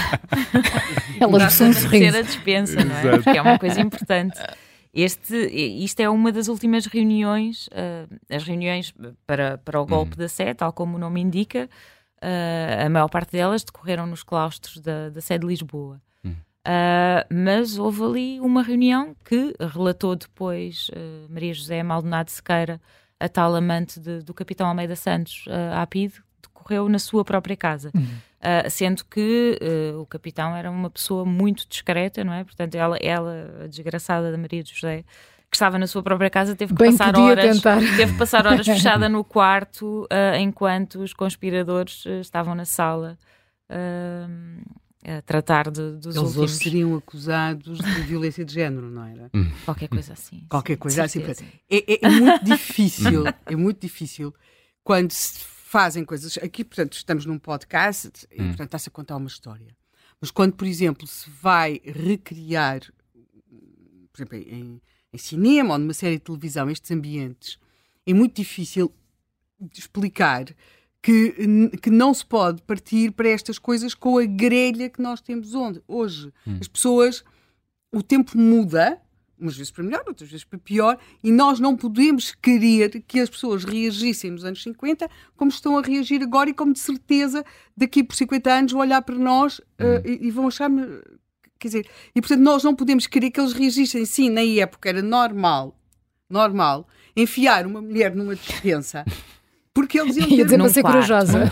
Ela esboçou um sorriso.
A despensa, não é? Porque é uma coisa importante. Este, isto é uma das últimas reuniões, uh, as reuniões para, para o golpe hum. da Sé, tal como o nome indica, uh, a maior parte delas decorreram nos claustros da, da Sé de Lisboa. Uh, mas houve ali uma reunião que relatou depois uh, Maria José Maldonado Sequeira, a tal amante de, do capitão Almeida Santos, uh, a P I D, decorreu na sua própria casa. Uhum. Uh, sendo que uh, o capitão era uma pessoa muito discreta, não é? Portanto, ela, ela a desgraçada da Maria José, que estava na sua própria casa, teve que
Bem
passar horas
tentar.
teve que passar horas fechada no quarto uh, enquanto os conspiradores uh, estavam na sala uh, a tratar de, dos
Eles
últimos.
Eles seriam acusados de violência de género, não era?
Qualquer coisa assim.
Qualquer coisa assim. É, é, é muito difícil, é muito difícil quando se fazem coisas. Aqui, portanto, estamos num podcast e, portanto, está-se a contar uma história. Mas quando, por exemplo, se vai recriar, por exemplo, em, em cinema ou numa série de televisão, estes ambientes, é muito difícil de explicar Que, que não se pode partir para estas coisas com a grelha que nós temos onde, hoje. Hum. As pessoas, o tempo muda, umas vezes para melhor, outras vezes para pior, e nós não podemos querer que as pessoas reagissem nos anos cinquenta como estão a reagir agora e como de certeza daqui por cinquenta anos vão olhar para nós hum. uh, e, e vão achar-me... Quer dizer, e portanto nós não podemos querer que eles reagissem, sim, na época era normal, normal, enfiar uma mulher numa despensa... Porque eles iam ter
para ser corajosa.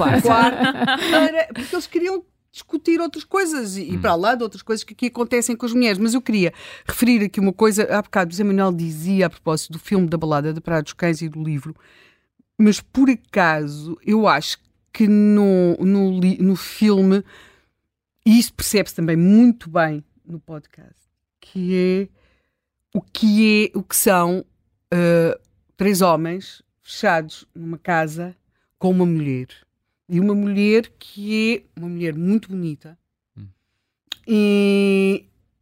Porque eles queriam discutir outras coisas e, hum. e para lá de outras coisas que aqui acontecem com as mulheres. Mas eu queria referir aqui uma coisa. Há bocado o Zé Manuel dizia a propósito do filme da Balada da Praia dos Cães e do livro, mas por acaso eu acho que no, no, no filme, e isso percebe-se também muito bem no podcast, que é o que, é, o que são uh, três homens fechados numa casa com uma mulher. E uma mulher que é uma mulher muito bonita hum. e,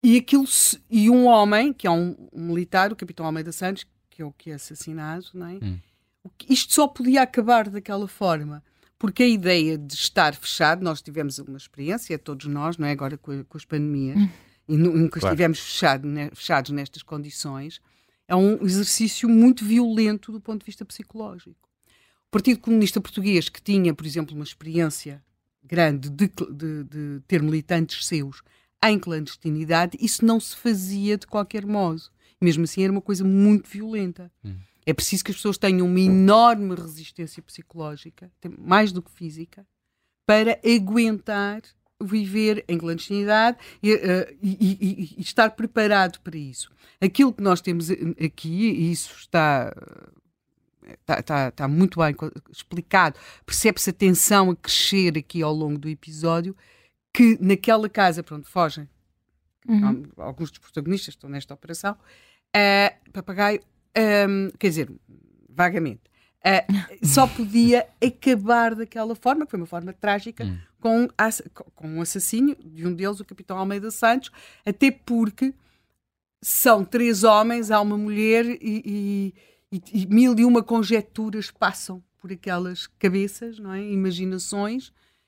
e, aquilo, e um homem, que é um, um militar, o capitão Almeida Santos, que é o que é assassinado, não é? Hum. Isto só podia acabar daquela forma, porque a ideia de estar fechado, nós tivemos uma experiência, todos nós, não é? Agora com, com as pandemias, hum. e nunca claro. estivemos fechado, né, fechados nestas condições, é um exercício muito violento do ponto de vista psicológico. O Partido Comunista Português, que tinha, por exemplo, uma experiência grande de, de, de ter militantes seus em clandestinidade, isso não se fazia de qualquer modo. Mesmo assim era uma coisa muito violenta. Hum. É preciso que as pessoas tenham uma enorme resistência psicológica, mais do que física, para aguentar viver em clandestinidade e, uh, e, e, e estar preparado para isso. Aquilo que nós temos aqui, e isso está, está, está, está muito bem explicado, percebe-se a tensão a crescer aqui ao longo do episódio, que naquela casa para onde fogem, uhum. alguns dos protagonistas estão nesta operação, uh, Papagaio, um, quer dizer, vagamente, uh, só podia acabar daquela forma, que foi uma forma trágica, uhum. com, com um assassínio de um deles, o capitão Almeida Santos, até porque são três homens, há uma mulher e, e, e mil e uma conjecturas passam por aquelas cabeças, não é? Imaginações,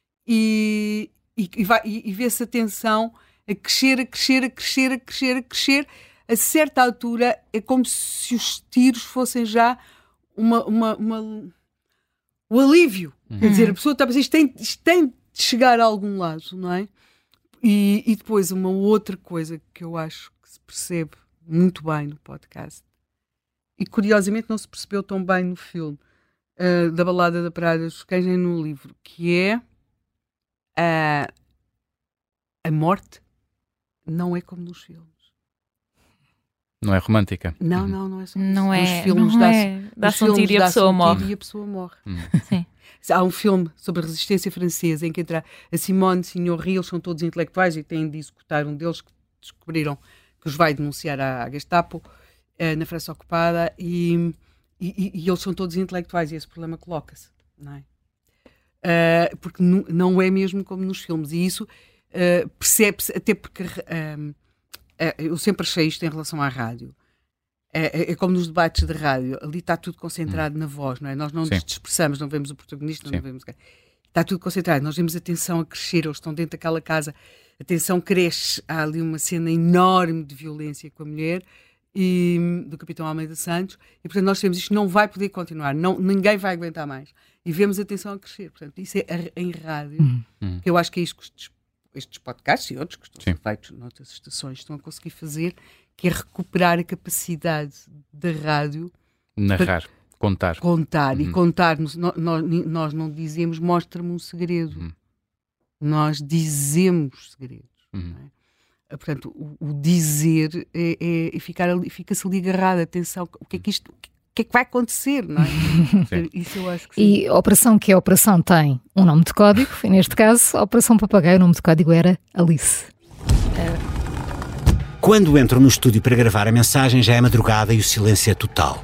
e, e, e, vai, e, e vê-se a tensão a crescer, a crescer, a crescer, a crescer, a crescer. A certa altura é como se os tiros fossem já uma, uma, uma, o alívio. Uhum. Quer dizer, a pessoa está a pensar, isto tem, isto tem de chegar a algum lado, não é? E, e depois uma outra coisa que eu acho que se percebe muito bem no podcast, e curiosamente não se percebeu tão bem no filme, uh, da Balada da Praia dos Cães, nem no livro, que é uh, a morte não é como nos filmes.
Não é romântica?
Não, uhum. não, não é só
não
isso.
É,
nos filmes
não
dá-se
é, dá-se um tiro e a pessoa morre.
E a pessoa morre.
Hum.
Sim.
Há um filme sobre a resistência francesa em que entra a Simone Signoret, eles são todos intelectuais e têm de executar um deles que descobriram que os vai denunciar à Gestapo uh, na França ocupada e, e, e eles são todos intelectuais e esse problema coloca-se, não é? Uh, porque não, não é mesmo como nos filmes e isso uh, percebe-se até porque uh, uh, eu sempre achei isto em relação à rádio. É, é como nos debates de rádio, ali está tudo concentrado hum. na voz, não é? Nós não Sim. nos dispersamos, não vemos o protagonista, não vemos... Está tudo concentrado, nós vemos a tensão a crescer, eles estão dentro daquela casa, a tensão cresce, há ali uma cena enorme de violência com a mulher e, do capitão Almeida Santos, e portanto nós temos isto, não vai poder continuar, não, ninguém vai aguentar mais. E vemos a tensão a crescer, portanto isso é em rádio, hum. que eu acho que é isto que estes, estes podcasts e outros que estão Sim. feitos noutras estações estão a conseguir fazer, que é recuperar a capacidade da rádio
narrar, contar.
Contar.
Uhum.
E contar, nós, nós não dizemos mostra-me um segredo. Uhum. Nós dizemos segredos.
Uhum.
Não é? Portanto, o, o dizer é, é, é ficar ali, fica-se ali agarrado. Atenção, o que é que isto... O que é que vai acontecer, não é? Isso eu acho que sim.
E a operação que a operação tem um nome de código, e neste caso, a Operação Papagaio, o nome de código era Alice.
Uh... Quando entro no estúdio para gravar a mensagem, já é madrugada e o silêncio é total.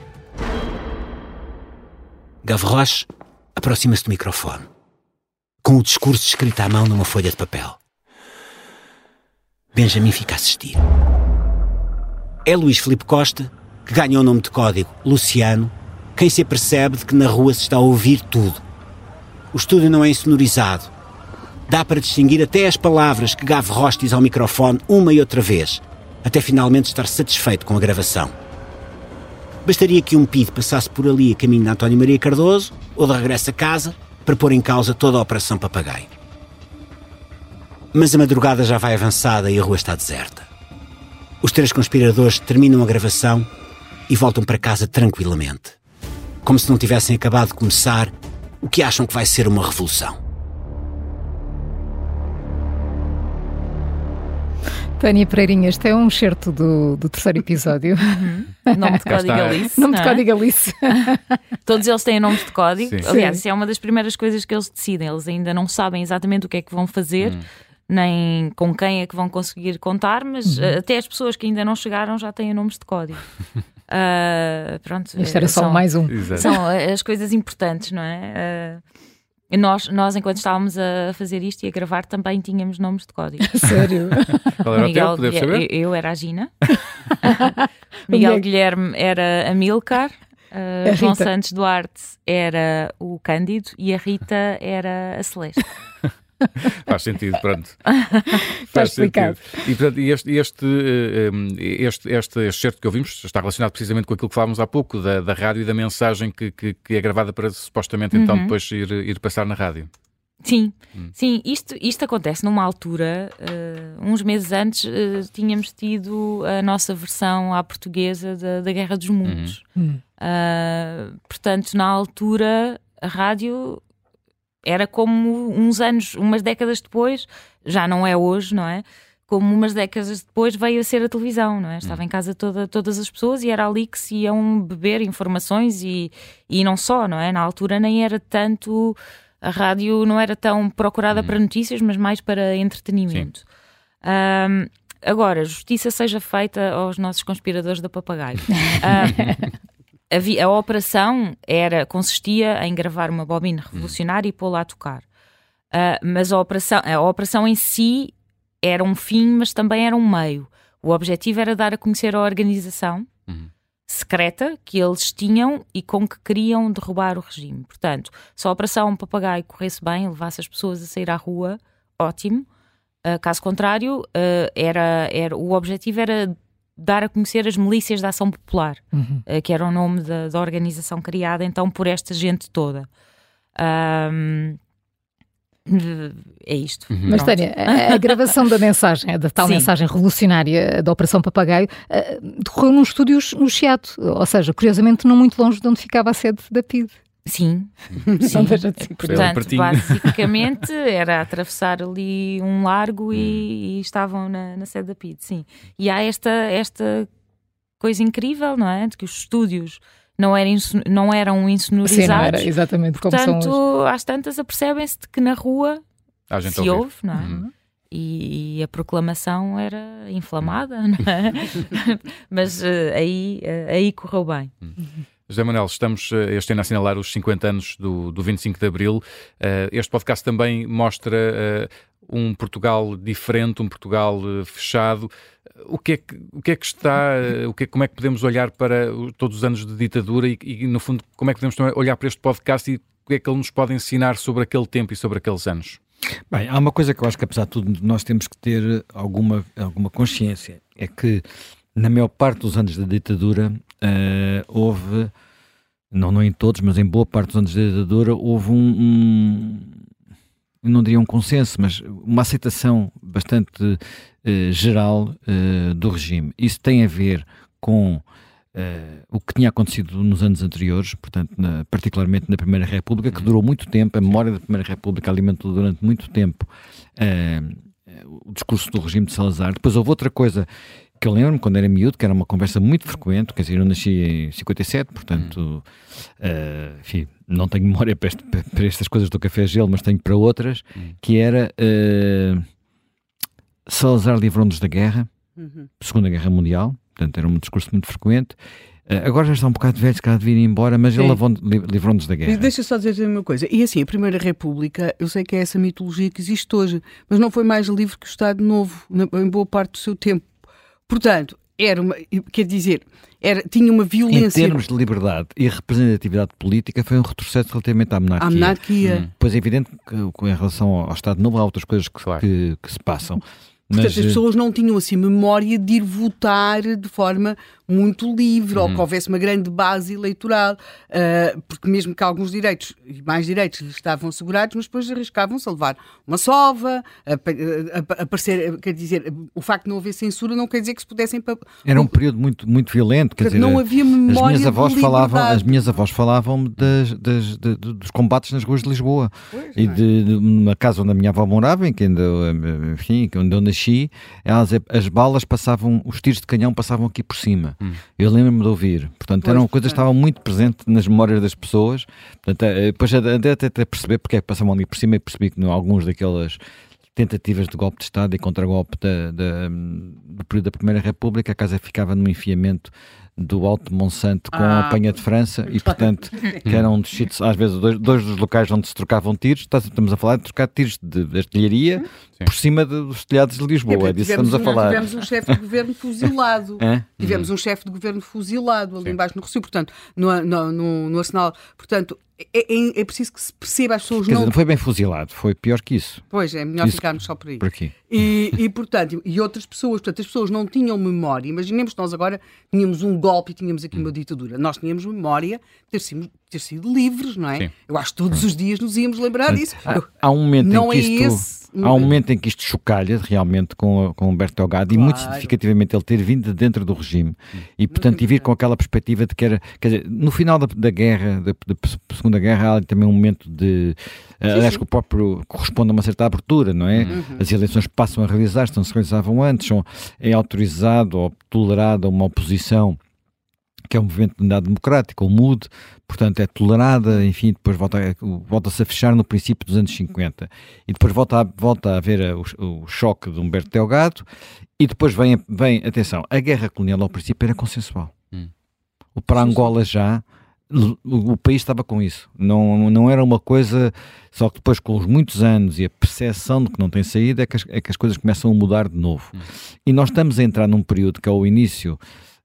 Gavroche aproxima-se do microfone, com o discurso escrito à mão numa folha de papel. Benjamin fica a assistir. É Luís Filipe Costa, que ganha o nome de código Luciano, quem se apercebe de que na rua se está a ouvir tudo. O estúdio não é insonorizado. Dá para distinguir até as palavras que Gavroche diz ao microfone uma e outra vez, até finalmente estar satisfeito com a gravação. Bastaria que um P I D passasse por ali a caminho de António Maria Cardoso ou de regresso a casa para pôr em causa toda a Operação Papagaio. Mas a madrugada já vai avançada e a rua está deserta. Os três conspiradores terminam a gravação e voltam para casa tranquilamente, como se não tivessem acabado de começar o que acham que vai ser uma revolução.
Tânia Pereirinha, este é um excerto do, do terceiro episódio.
Uhum. Nome de código Alice.
Nome de código Alice.
Todos eles têm nomes de código.
Sim.
Aliás,
Sim.
isso é uma das primeiras coisas que eles decidem. Eles ainda não sabem exatamente o que é que vão fazer, hum. nem com quem é que vão conseguir contar, mas uhum. até as pessoas que ainda não chegaram já têm nomes de código. Uh, pronto,
Isto era
são,
só mais um.
São as coisas importantes, não é? Uh, Nós, nós, enquanto estávamos a fazer isto e a gravar, também tínhamos nomes de código.
Sério?
Qual era
Miguel,
o teu? Deve saber?
Eu, eu era a Gina. Miguel Guilherme era a Milcar. Uh, João Santos Duarte era o Cândido e a Rita era a Celeste.
Faz sentido, pronto.
Faz explicado.
E, portanto, este, este, este, este excerto que ouvimos está relacionado precisamente com aquilo que falávamos há pouco, da, da rádio e da mensagem que, que, que é gravada para supostamente então
uhum.
depois ir, ir passar na rádio.
Sim,
hum.
sim, isto, isto acontece numa altura, uh, uns meses antes uh, tínhamos tido a nossa versão à portuguesa da, da Guerra dos Mundos.
Uhum.
Uh, portanto, na altura, a rádio era como uns anos, umas décadas depois, já não é hoje, não é? Como umas décadas depois veio a ser a televisão, não é? Estava em casa toda, todas as pessoas e era ali que se iam beber informações e, e não só, não é? Na altura nem era tanto, a rádio não era tão procurada para notícias, mas mais para entretenimento. Um, agora, justiça seja feita aos nossos conspiradores da Papagaio. Um, A, a operação era, consistia em gravar uma bobina revolucionária e pô-la a tocar. Uh, mas a operação, a operação em si era um fim, mas também era um meio. O objetivo era dar a conhecer a organização uhum. secreta que eles tinham e com que queriam derrubar o regime. Portanto, se a operação Papagaio corresse bem, levasse as pessoas a sair à rua, ótimo. Uh, caso contrário, uh, era, era, o objetivo era dar a conhecer as milícias da Ação Popular, uhum. uh, que era o nome da, da organização criada então por esta gente toda. Um, é isto.
Uhum. Mas Tânia, a, a gravação da mensagem, da tal Sim. mensagem revolucionária da Operação Papagaio, uh, decorreu nos estúdios no Chiado, ou seja, curiosamente não muito longe de onde ficava a sede da P I D.
Sim, sim. Portanto, basicamente era atravessar ali um largo e, e estavam na, na sede da P I D, sim. E há esta, esta coisa incrível, não é? De que os estúdios não eram, não eram insonorizados. Sim, não era
exatamente como
Portanto,
são hoje.
Às tantas apercebem-se de que na rua se
ouvir.
ouve, não é? Uhum. E, e a proclamação era inflamada, não é? Mas uh, aí, uh, aí correu bem.
Uhum. José Manuel, estamos este ano a assinalar os cinquenta anos do, do vinte e cinco de Abril. Este podcast também mostra um Portugal diferente, um Portugal fechado. O que é que, o que, é que está, o que é, como é que podemos olhar para todos os anos de ditadura e, e, no fundo, como é que podemos olhar para este podcast e o que é que ele nos pode ensinar sobre aquele tempo e sobre aqueles anos?
Bem, há uma coisa que eu acho que, apesar de tudo, nós temos que ter alguma, alguma consciência. É que, na maior parte dos anos da ditadura, uh, houve, não, não em todos, mas em boa parte dos anos da ditadura, houve um, um eu não diria um consenso, mas uma aceitação bastante uh, geral uh, do regime. Isso tem a ver com uh, o que tinha acontecido nos anos anteriores, portanto, na, particularmente na Primeira República, que durou muito tempo, a memória da Primeira República alimentou durante muito tempo uh, o discurso do regime de Salazar. Depois houve outra coisa que eu lembro-me quando era miúdo, que era uma conversa muito frequente, quer dizer, eu nasci em cinquenta e sete, portanto, hum. uh, enfim, não tenho memória para, este, para estas coisas do café gelo, mas tenho para outras, hum. que era uh, Salazar livrou-nos da guerra, uhum. Segunda Guerra Mundial, portanto era um discurso muito frequente. Uh, agora já está um bocado velho, se calhar devia ir embora, mas Sim. ele livrou-nos da guerra.
Deixa só dizer uma coisa, e assim, a Primeira República, eu sei que é essa mitologia que existe hoje, mas não foi mais livre que o Estado Novo, em boa parte do seu tempo. Portanto, era uma, quer dizer, era, tinha uma violência...
Em termos de liberdade e representatividade política, foi um retrocesso relativamente à monarquia.
À monarquia.
Hum. Pois é evidente que, em relação ao Estado Novo, há outras coisas que, claro. que, que se passam.
Portanto,
Mas,
as pessoas não tinham assim memória de ir votar de forma muito livre, uhum. ou que houvesse uma grande base eleitoral, uh, porque mesmo que alguns direitos, e mais direitos, estavam assegurados, mas depois arriscavam-se a levar uma sova, a, a, a aparecer, quer dizer, o facto de não haver censura não quer dizer que se pudessem...
Era um período muito, muito violento, quer dizer,
não havia memória
as minhas avós
de
falavam, as minhas avós falavam das, das, de, dos combates nas ruas de Lisboa, pois, e de, de uma casa onde a minha avó morava, em que ainda, enfim, onde eu nasci, elas, as balas passavam, os tiros de canhão passavam aqui por cima. Hum. Eu lembro-me de ouvir. Portanto, era uma coisa que estava muito presente nas memórias das pessoas. Portanto, depois andei até a perceber porque é que passavam ali por cima e percebi que não, alguns daquelas tentativas de golpe de Estado e contra-golpe da, da, do período da Primeira República. A casa ficava num enfiamento do Alto Monsanto com ah, a Penha de França e, portanto, que eram um sítios, às vezes, dois, dois dos locais onde se trocavam tiros. Estamos a falar de trocar tiros de, de artilharia Sim. por cima de, dos telhados de Lisboa. É disso que estamos a falar.
Tivemos um chefe de governo fuzilado. É? Tivemos um chefe de governo fuzilado ali Sim. embaixo no Recio, portanto, no, no, no, no Arsenal. Portanto, é, é, é preciso que se perceba, as pessoas
Quer
não...
dizer, não foi bem fuzilado, foi pior que isso.
Pois, é melhor isso ficarmos só por aí.
Por aqui.
E, e, portanto, e outras pessoas, portanto, as pessoas não tinham memória. Imaginemos que nós agora tínhamos um golpe e tínhamos aqui uma ditadura. Nós tínhamos memória de ter sido, ter sido livres, não é? Sim. Eu acho que todos os dias nos íamos lembrar disso.
Há, há um momento
não
em que
é
isto...
esse...
Há um momento em que isto chocalha realmente com, com Humberto Delgado claro. E muito significativamente ele ter vindo de dentro do regime e, portanto, e vir com aquela perspectiva de que era, quer dizer, no final da, da guerra, da, da Segunda Guerra, há também um momento de, aliás, que o próprio corresponde a uma certa abertura, não é? Uhum. As eleições passam a realizar-se, não se realizavam antes, são, é autorizado ou tolerada uma oposição que é um movimento de unidade democrática, o M U D, portanto é tolerada, enfim, depois volta, volta-se a fechar no princípio dos anos cinquenta. E depois volta a, volta a haver o, o choque de Humberto Delgado e depois vem, vem, atenção, a guerra colonial ao princípio era consensual. Hum. O para Angola já, o, o país estava com isso. Não, não era uma coisa, só que depois com os muitos anos e a percepção de que não tem saída é que as, é que as coisas começam a mudar de novo. Hum. E nós estamos a entrar num período que é o início...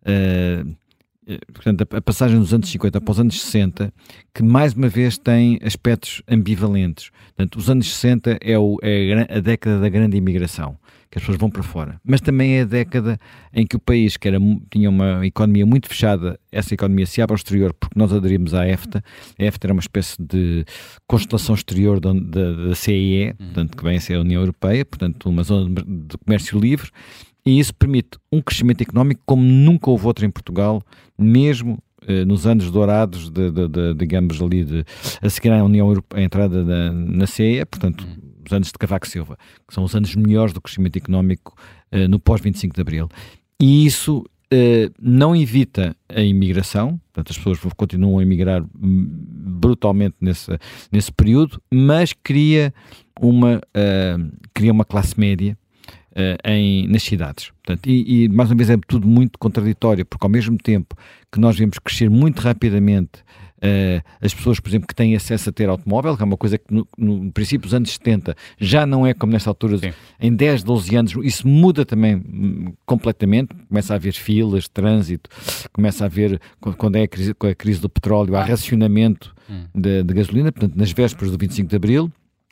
Uh, portanto, a passagem dos anos cinquenta para os anos sessenta, que mais uma vez tem aspectos ambivalentes. Portanto, os anos sessenta é, o, é a década da grande imigração, que as pessoas vão para fora. Mas também é a década em que o país, que era, tinha uma economia muito fechada, essa economia se abre ao exterior, porque nós aderimos à EFTA. A EFTA era uma espécie de constelação exterior da, da, da C I E, portanto, que vem a ser a União Europeia, portanto, uma zona de comércio livre. E isso permite um crescimento económico como nunca houve outro em Portugal, mesmo eh, nos anos dourados, de, de, de, digamos ali, de, a seguir à União Europeia, a entrada da, na C E E, portanto, hum. os anos de Cavaco Silva, que são os anos melhores do crescimento económico eh, no pós vinte e cinco de Abril. E isso eh, não evita a imigração, portanto, as pessoas continuam a emigrar brutalmente nesse, nesse período, mas cria uma, uh, cria uma classe média Uh, em, nas cidades. Portanto, e, e mais uma vez é tudo muito contraditório, porque ao mesmo tempo que nós vemos crescer muito rapidamente uh, as pessoas, por exemplo, que têm acesso a ter automóvel, que é uma coisa que no, no princípio dos anos setenta já não é como nesta altura. Sim. Em dez, doze anos isso muda também hum, completamente, começa a haver filas de trânsito, começa a haver, quando é a crise, a crise do petróleo, há racionamento hum. de, de gasolina, portanto nas vésperas do vinte e cinco de Abril.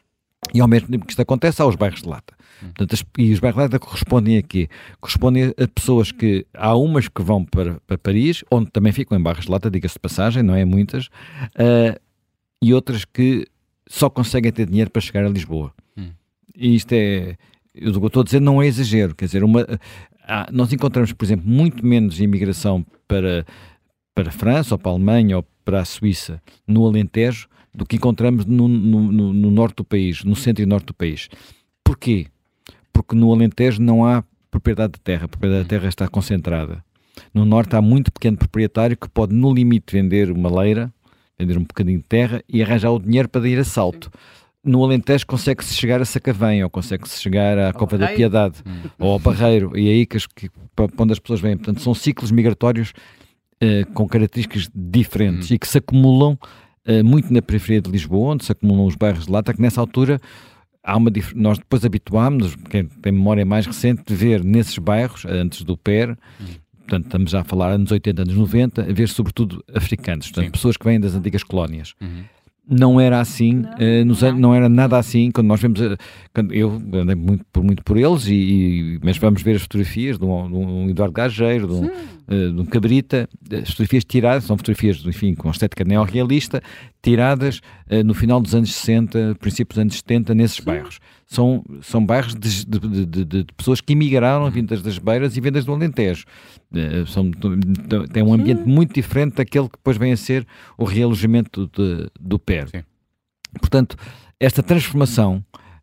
E ao mesmo tempo que isto acontece, há os bairros de lata. Portanto, as, e os bairros de lata correspondem a quê? Correspondem a pessoas que... Há umas que vão para, para Paris, onde também ficam em bairros de lata, diga-se de passagem, não é muitas, uh, e outras que só conseguem ter dinheiro para chegar a Lisboa. Hum. E isto é... Eu estou a dizer, não é exagero. Quer dizer, uma, há, nós encontramos, por exemplo, muito menos imigração para, para a França, ou para a Alemanha, ou para a Suíça, no Alentejo, do que encontramos no, no, no, no norte do país, no centro e norte do país. Porquê? Porque no Alentejo não há propriedade de terra, a propriedade de terra está concentrada. No norte há muito pequeno proprietário que pode, no limite, vender uma leira, vender um bocadinho de terra e arranjar o dinheiro para ir a Salto. No Alentejo consegue-se chegar a Sacavém, ou consegue-se chegar à Cova da Piedade, hum. ou ao Barreiro, e é aí que, as, que para onde as pessoas vêm. Portanto, são ciclos migratórios uh, com características diferentes hum. e que se acumulam Uh, muito na periferia de Lisboa, onde se acumulam os bairros de lata, que nessa altura há uma dif... nós depois habituámos-nos, quem tem memória mais recente, de ver nesses bairros, antes do P E R, uhum. portanto estamos já a falar anos oitenta, anos noventa, a ver sobretudo africanos, portanto, pessoas que vêm das antigas colónias. Uhum. Não era assim, não, uh, nos, não. não era nada assim, quando nós vemos, uh, quando eu andei muito por, muito por eles, e, e, mas vamos ver as fotografias de um, de um Eduardo Gageiro, de um, uh, de um Cabrita, as fotografias tiradas, são fotografias, enfim, com estética neorrealista, tiradas uh, no final dos anos sessenta, princípios dos anos setenta, nesses Sim. bairros. São, são bairros de, de, de, de, de pessoas que emigraram vindas das Beiras e vindas do Alentejo. Uh, são, tem um ambiente Sim. muito diferente daquele que depois vem a ser o realojamento de, do P E R. Sim. Portanto, esta transformação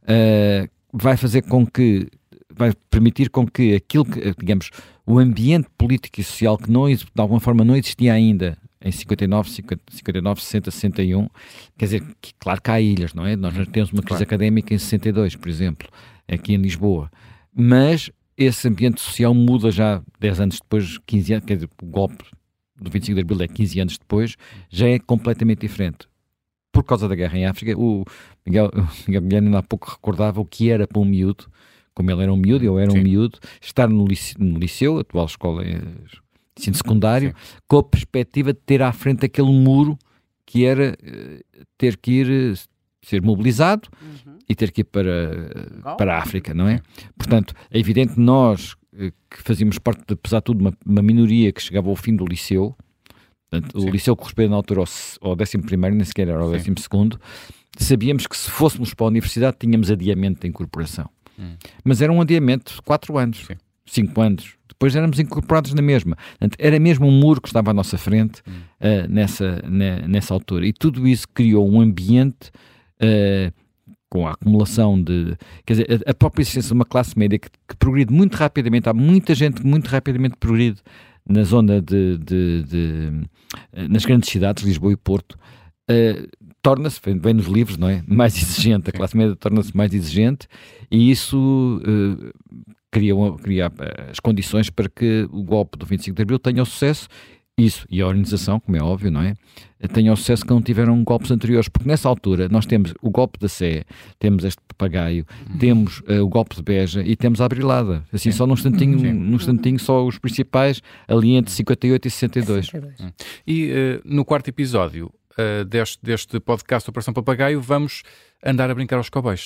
uh, vai fazer com que, vai permitir com que aquilo que, digamos, o ambiente político e social que não, de alguma forma não existia ainda em cinquenta e nove, cinquenta e nove, sessenta, sessenta e um, quer dizer, que, claro que há ilhas, não é? Nós temos uma crise claro. académica em sessenta e dois, por exemplo, aqui em Lisboa. Mas esse ambiente social muda já dez anos depois, quinze anos, quer dizer, o golpe do vinte e cinco de Abril é quinze anos depois, já é completamente diferente. Por causa da guerra em África, o Miguel, o Miguel Guilherme há pouco recordava o que era para um miúdo, como ele era um miúdo, eu era um Sim. miúdo, estar no liceu, no liceu, a atual escola de ensino secundário, Sim. com a perspectiva de ter à frente aquele muro que era uh, ter que ir, uh, ser mobilizado uhum. e ter que ir para, para a África, não é? Portanto, é evidente que nós, uh, que fazíamos parte, de, apesar de tudo, uma, uma minoria que chegava ao fim do liceu, portanto, o liceu corresponde na altura ao, ao décimo primeiro, nem sequer era ao décimo segundo, sabíamos que se fôssemos para a universidade tínhamos adiamento da incorporação. Hum. Mas era um adiamento de quatro anos, Sim. cinco anos. Depois éramos incorporados na mesma. Portanto, era mesmo um muro que estava à nossa frente hum. uh, nessa, na, nessa altura. E tudo isso criou um ambiente uh, com a acumulação de... Quer dizer, a, a própria existência de uma classe média que, que progride muito rapidamente. Há muita gente que muito rapidamente progride na zona de... de, de, de nas grandes cidades, Lisboa e Porto. Uh, torna-se, vem nos livros, não é? Mais exigente. A classe média torna-se mais exigente e isso... Uh, Cria, cria as condições para que o golpe do vinte e cinco de Abril tenha o sucesso, isso, e a organização, como é óbvio, não é? Tenha o sucesso que não tiveram golpes anteriores, porque nessa altura nós temos o golpe da Sé, temos este papagaio, uhum. temos uh, o golpe de Beja e temos a Abrilhada, assim, Sim. só num instantinho, Sim. num instantinho, só os principais, ali entre cinquenta e oito e sessenta e dois.
E uh, no quarto episódio uh, deste, deste podcast Operação Papagaio, vamos andar a brincar aos cowboys.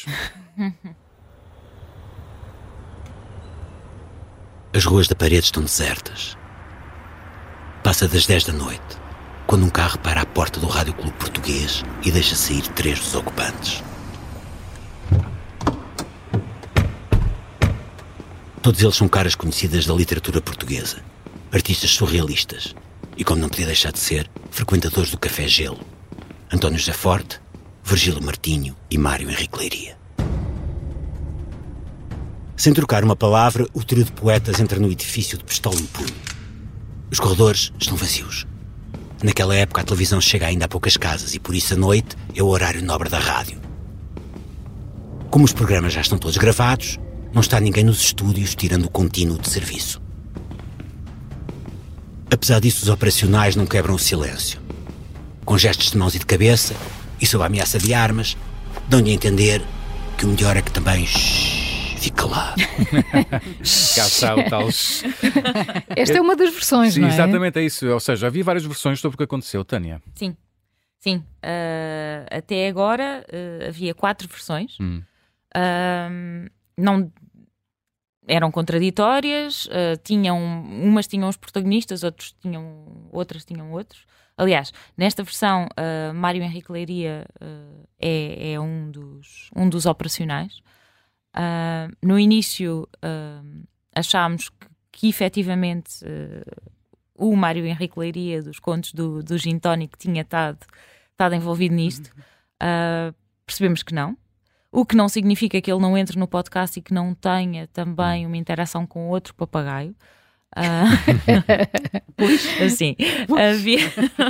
As ruas da parede estão desertas. Passa das dez da noite, quando um carro para à porta do Rádio Clube Português e deixa sair três dos ocupantes. Todos eles são caras conhecidas da literatura portuguesa, artistas surrealistas e, como não podia deixar de ser, frequentadores do Café Gelo. António José Forte, Virgílio Martinho e Mário Henrique Leiria. Sem trocar uma palavra, o trio de poetas entra no edifício de pistola em punho. Os corredores estão vazios. Naquela época a televisão chega ainda a poucas casas e por isso a noite é o horário nobre da rádio. Como os programas já estão todos gravados, não está ninguém nos estúdios tirando o contínuo de serviço. Apesar disso, os operacionais não quebram o silêncio. Com gestos de mãos e de cabeça, e sob a ameaça de armas, dão-lhe a entender que o melhor é que também... Fica lá.
Cá está o tal.
Esta é uma das versões,
Sim,
não é?
Exatamente, é isso. Ou seja, havia várias versões sobre o que aconteceu, Tânia.
Sim, sim. Uh, até agora uh, havia quatro versões. Hum. Uh, não eram contraditórias. Uh, tinham umas tinham os protagonistas, outros tinham outras tinham outros. Aliás, nesta versão, uh, Mário Henrique Leiria uh, é, é um dos um dos operacionais. Uh, no início uh, achámos que, que efetivamente uh, o Mário Henrique Leiria dos contos do, do Gin Tonic tinha estado envolvido nisto. Uh, percebemos que não, o que não significa que ele não entre no podcast e que não tenha também uma interação com outro papagaio. Uh, pois, assim, havia,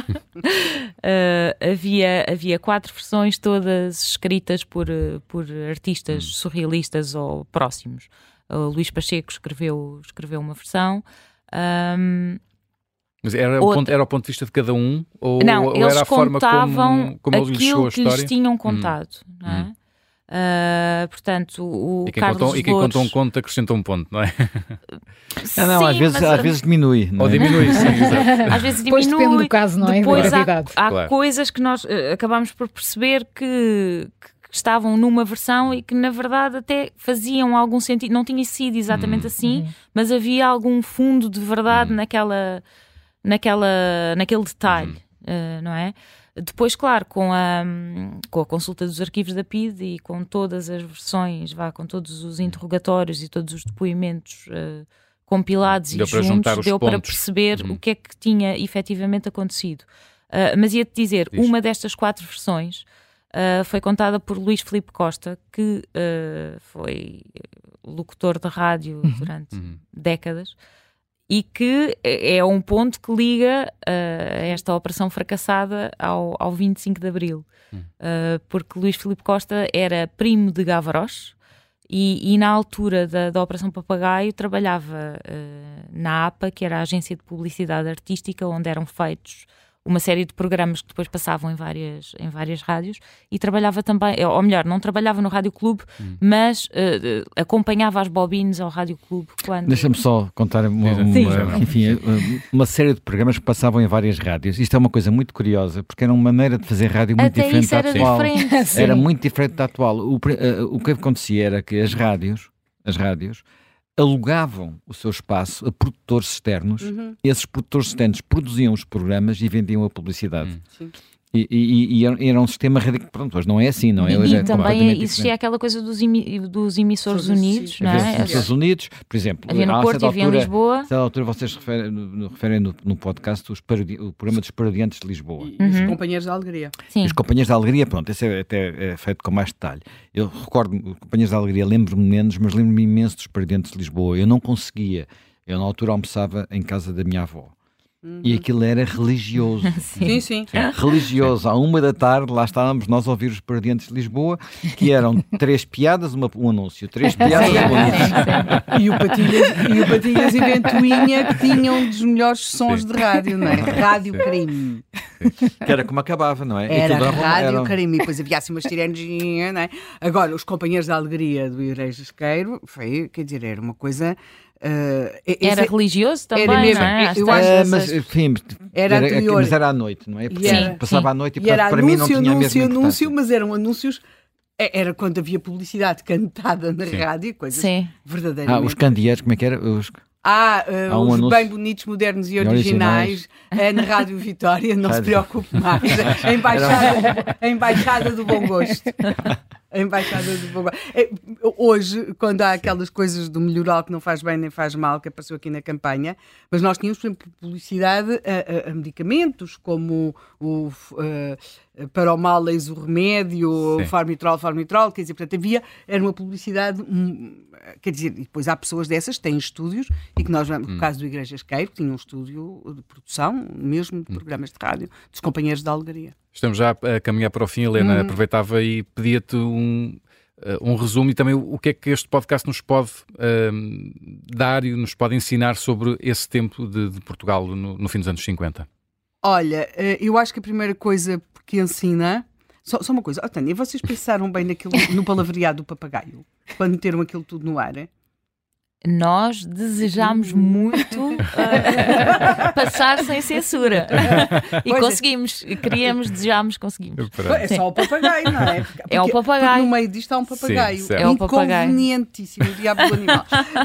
uh, havia, havia quatro versões, todas escritas por, por artistas hum. surrealistas ou próximos. O Luís Pacheco escreveu, escreveu uma versão. Um,
Mas era, outra... o ponto, era o ponto de vista de cada um? Ou,
não,
ou
eles
era a forma como, como
aquilo
lhes chegou a
que
história?
lhes tinham contado, hum. não é? Hum. Uh, portanto, o
e quem
Carlos
contou, E quem
Louros...
contou um conto acrescenta um ponto, não é?
Sim, não, não, às vezes, às vezes diminui. Não é?
Ou diminui, sim, exato.
Às vezes diminui.
Depois depende do caso, não é?
Depois há, há
claro.
coisas que nós uh, acabamos por perceber que, que estavam numa versão e que na verdade até faziam algum sentido. Não tinha sido exatamente hum. assim, hum. mas havia algum fundo de verdade hum. naquela, naquela, naquele detalhe, hum. uh, não é? Depois, claro, com a, com a consulta dos arquivos da P I D e com todas as versões, vá, com todos os interrogatórios e todos os depoimentos uh, compilados
deu
e juntos, deu
pontos.
para perceber
uhum.
o que é que tinha efetivamente acontecido. Uh, mas ia-te dizer,
Diz.
uma destas quatro versões uh, foi contada por Luís Filipe Costa, que uh, foi locutor de rádio uhum. durante uhum. décadas, e que é um ponto que liga uh, esta operação fracassada ao, ao vinte e cinco de Abril. Hum. Uh, porque Luís Filipe Costa era primo de Gavroche E, e na altura da, da Operação Papagaio trabalhava uh, na A P A, que era a Agência de Publicidade Artística, onde eram feitos uma série de programas que depois passavam em várias, em várias rádios, e trabalhava também, ou melhor, não trabalhava no Rádio Clube, hum. mas uh, acompanhava as bobines ao Rádio Clube. Quando...
Deixa-me só contar uma, uma, enfim, uma série de programas que passavam em várias rádios. Isto é uma coisa muito curiosa, porque era uma maneira de fazer rádio muito
Até
diferente da
era
atual.
Diferente,
era muito diferente da atual. O, uh, o que acontecia era que as rádios, as rádios alugavam o seu espaço a produtores externos. Uhum. Esses produtores externos produziam os programas e vendiam a publicidade. Uhum. E, e, e era um sistema radical. Pronto, hoje não é assim, não é?
E,
hoje
e
é
também existia diferente. Aquela coisa dos, imi, dos emissores unidos, não é?
Os emissores unidos, por exemplo.
Havia no Porto e havia em Lisboa. A
certa altura vocês referem no, referem no, no podcast os parodi, o programa dos Parodiantes de Lisboa.
E, e uhum. os Companheiros da Alegria.
Sim.
E os Companheiros da Alegria, pronto, esse é até é feito com mais detalhe. Eu recordo-me, os Companheiros da Alegria, lembro-me menos, mas lembro-me imenso dos Parodiantes de Lisboa. Eu não conseguia, eu na altura almoçava em casa da minha avó. Uhum. E aquilo era religioso.
Sim, sim. sim.
Religioso. À uma da tarde, lá estávamos nós a ouvir os Parodiantes de Lisboa, que eram três piadas, uma, um anúncio. Três piadas, um anúncio.
E o Patilhas e, o Patilhas e Ventoinha, que tinham um dos melhores sons sim. de rádio, não é? Rádio Crime.
Que era como acabava, não é?
Era Rádio era... Crime. E depois havia assim umas tirenes, não é? Agora, os Companheiros da Alegria do Igrejas Queiro, foi, quer dizer, era uma coisa... Uh,
era é, religioso também,
era mesmo,
não é?
Eu acho
uh, mas, enfim,
era,
era,
anterior.
Mas era à noite, não é? Porque
era,
passava
sim.
à noite e,
e
portanto,
era
para
anúncio,
mim não tinha
anúncio,
a mesma
anúncio, mas eram anúncios. Era quando havia publicidade cantada na
sim.
rádio, coisas
sim.
verdadeiramente.
Ah, os candeeiros, como é que era? Os...
Ah, uh,
um
os
anúncio...
bem bonitos, modernos e originais, é na Rádio Vitória, não se preocupe mais. A embaixada, a embaixada do bom gosto. A embaixada do bom gosto. Hoje, quando há aquelas coisas do melhoral que não faz bem nem faz mal, que apareceu aqui na campanha, mas nós tínhamos, por exemplo, publicidade a, a, a medicamentos, como o, uh, para o mal eis o remédio, o Farmitrol, Farmitrol, quer dizer, portanto, havia, era uma publicidade, um, quer dizer, e depois há pessoas dessas que têm estúdios, e que nós, no hum. caso do Igrejas Queiro, tinha um estúdio de produção, mesmo de programas de rádio, dos Companheiros da Alegria.
Estamos já a caminhar para o fim, Helena. Hum. Aproveitava e pedia-te um, um resumo e também o que é que este podcast nos pode um, dar e nos pode ensinar sobre esse tempo de, de Portugal no, no fim dos anos cinquenta.
Olha, eu acho que a primeira coisa que ensina... Só, só uma coisa, oh, Tânia, vocês pensaram bem naquilo, no palavreado do papagaio, quando meteram aquilo tudo no ar, é?
Nós desejámos muito uh, passar sem censura e pois conseguimos, é. queríamos, desejámos, conseguimos.
É só o papagaio, não é? Porque,
é o papagaio.
No meio disto há um papagaio.
Sim, é o papagaio.
Inconvenientíssimo, o diabo do animal.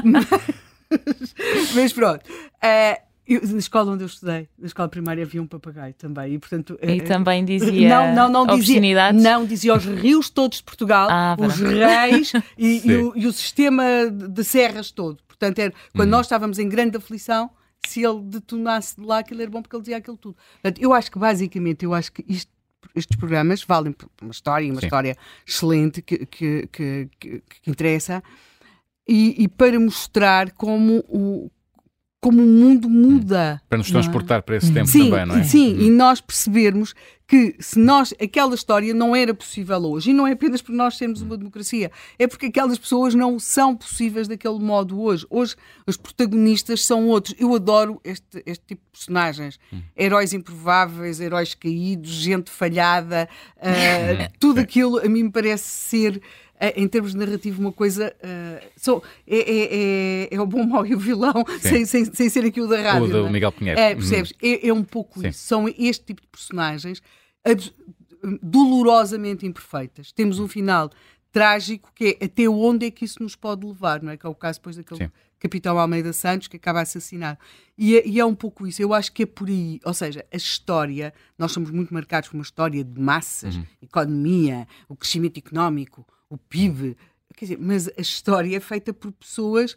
mas, mas pronto. Uh, Eu, na escola onde eu estudei, na escola primária, havia um papagaio também. E, portanto,
e
uh,
também dizia
não, não, não
obscenidades?
Dizia, não, dizia os rios todos de Portugal,
ah,
os reis e, e, o, e o sistema de serras todo. Portanto, era, quando hum. nós estávamos em grande aflição, se ele detonasse de lá, aquilo era bom porque ele dizia aquilo tudo. Portanto, eu acho que, basicamente, eu acho que isto, estes programas valem por uma história, uma Sim. história excelente que, que, que, que, que interessa, e, e para mostrar como o como o mundo muda.
Para nos transportar é? para esse tempo
sim,
também, não é?
Sim, hum. e nós percebermos que se nós, aquela história não era possível hoje, e não é apenas por nós sermos uma democracia, é porque aquelas pessoas não são possíveis daquele modo hoje. Hoje os protagonistas são outros. Eu adoro este, este tipo de personagens. Hum. Heróis improváveis, heróis caídos, gente falhada, uh, tudo aquilo a mim me parece ser... em termos de narrativo, uma coisa uh, so, é, é, é, é o bom, mau e o vilão, sem, sem, sem ser aquilo da rádio.
O do
é?
Miguel Pinheiro.
É, percebes? Hum. É, é um pouco Sim. isso. São este tipo de personagens dolorosamente imperfeitas. Temos um final trágico que é até onde é que isso nos pode levar, não é? Que é o caso depois daquele Sim. capitão Almeida Santos que acaba assassinado. E é, e é um pouco isso. Eu acho que é por aí. Ou seja, a história, nós somos muito marcados por uma história de massas, uhum. economia, o crescimento económico, o P I B, quer dizer, mas a história é feita por pessoas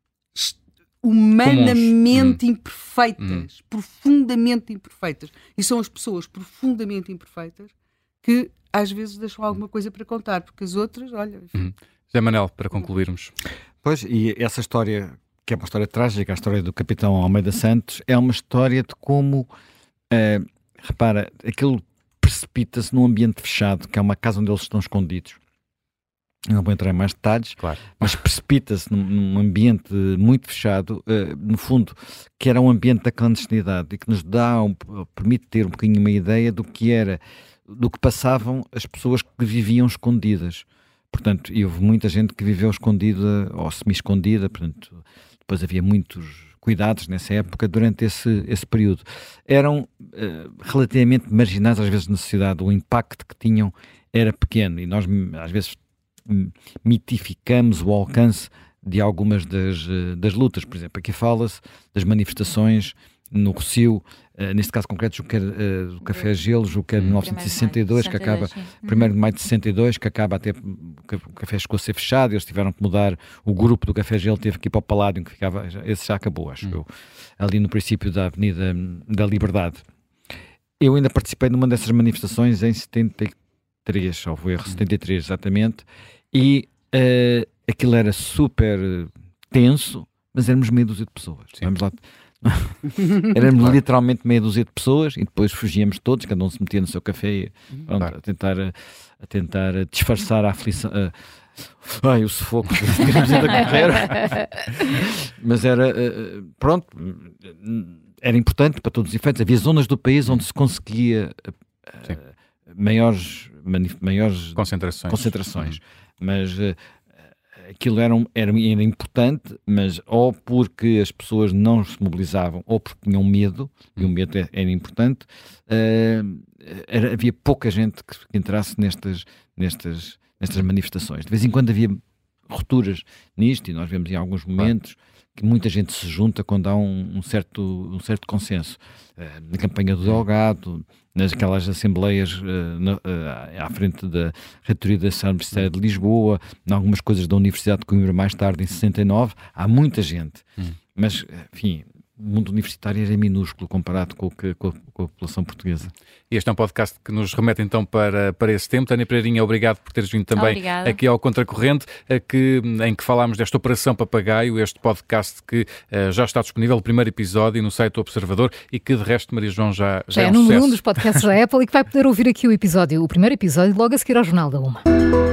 humanamente hum. imperfeitas, hum. profundamente imperfeitas. E são as pessoas profundamente imperfeitas que às vezes deixam alguma coisa para contar, porque as outras, olha...
Hum. José Manel, para concluirmos.
Pois, e essa história, que é uma história trágica, a história do capitão Almeida Santos, é uma história de como, uh, repara, aquilo precipita-se num ambiente fechado, que é uma casa onde eles estão escondidos. não vou entrar em mais detalhes,
claro.
mas precipita-se num, num ambiente muito fechado, uh, no fundo, que era um ambiente da clandestinidade e que nos dá, um, permite ter um bocadinho uma ideia do que era, do que passavam as pessoas que viviam escondidas. Portanto, e houve muita gente que viveu escondida ou semi-escondida, portanto, depois havia muitos cuidados nessa época, durante esse, esse período. Eram uh, relativamente marginais, às vezes, na sociedade, o impacto que tinham era pequeno e nós, às vezes, mitificamos o alcance de algumas das, das lutas. Por exemplo, aqui fala-se das manifestações no Rossio, uh, neste caso concreto o, uh, o Café Gelo, o que é de mil novecentos e sessenta e dois, que acaba, primeiro de maio de sessenta e dois, que acaba até, o café chegou a ser fechado, eles tiveram que mudar, o grupo do Café Gelo teve que ir para o Paládio, que ficava, esse já acabou, acho eu, ali no princípio da Avenida da Liberdade. Eu ainda participei numa dessas manifestações em setenta e três, salvo erro, setenta e três exatamente, e uh, aquilo era super tenso, mas éramos meia dúzia de pessoas. Sim. Vamos lá. Éramos claro. literalmente meia dúzia de pessoas e depois fugíamos todos, cada um se metia no seu café e, pronto, claro. a, tentar, a tentar disfarçar a aflição. A, ai, o sufoco que tínhamos ido a correr. Mas era, pronto, era importante para todos os efeitos. Havia zonas do país onde se conseguia uh, maiores, maiores
concentrações.
concentrações. Mas uh, aquilo era, um, era, era importante, mas ou porque as pessoas não se mobilizavam ou porque tinham medo, e o medo era importante, uh, era, havia pouca gente que, que entrasse nestas, nestas, nestas manifestações. De vez em quando havia rupturas nisto, e nós vemos em alguns momentos que muita gente se junta quando há um, um, certo, um certo consenso. Uh, na campanha do Delgado, nas aquelas assembleias uh, na, uh, à frente da reitoria da Universidade de Lisboa, em algumas coisas da Universidade de Coimbra mais tarde, em sessenta e nove, há muita gente. Hum. Mas, enfim, o mundo universitário é minúsculo comparado com, que, com, a, com a população portuguesa.
Este é um podcast que nos remete então para, para esse tempo. Tânia Pereirinha, obrigado por teres vindo também Obrigada. aqui ao Contracorrente, que, em que falámos desta Operação Papagaio, este podcast que uh, já está disponível, o primeiro episódio no site do Observador e que de resto, Maria João, já, já, já é, é um número
um dos podcasts da Apple e que vai poder ouvir aqui o episódio, o primeiro episódio, logo a seguir ao Jornal da Uma.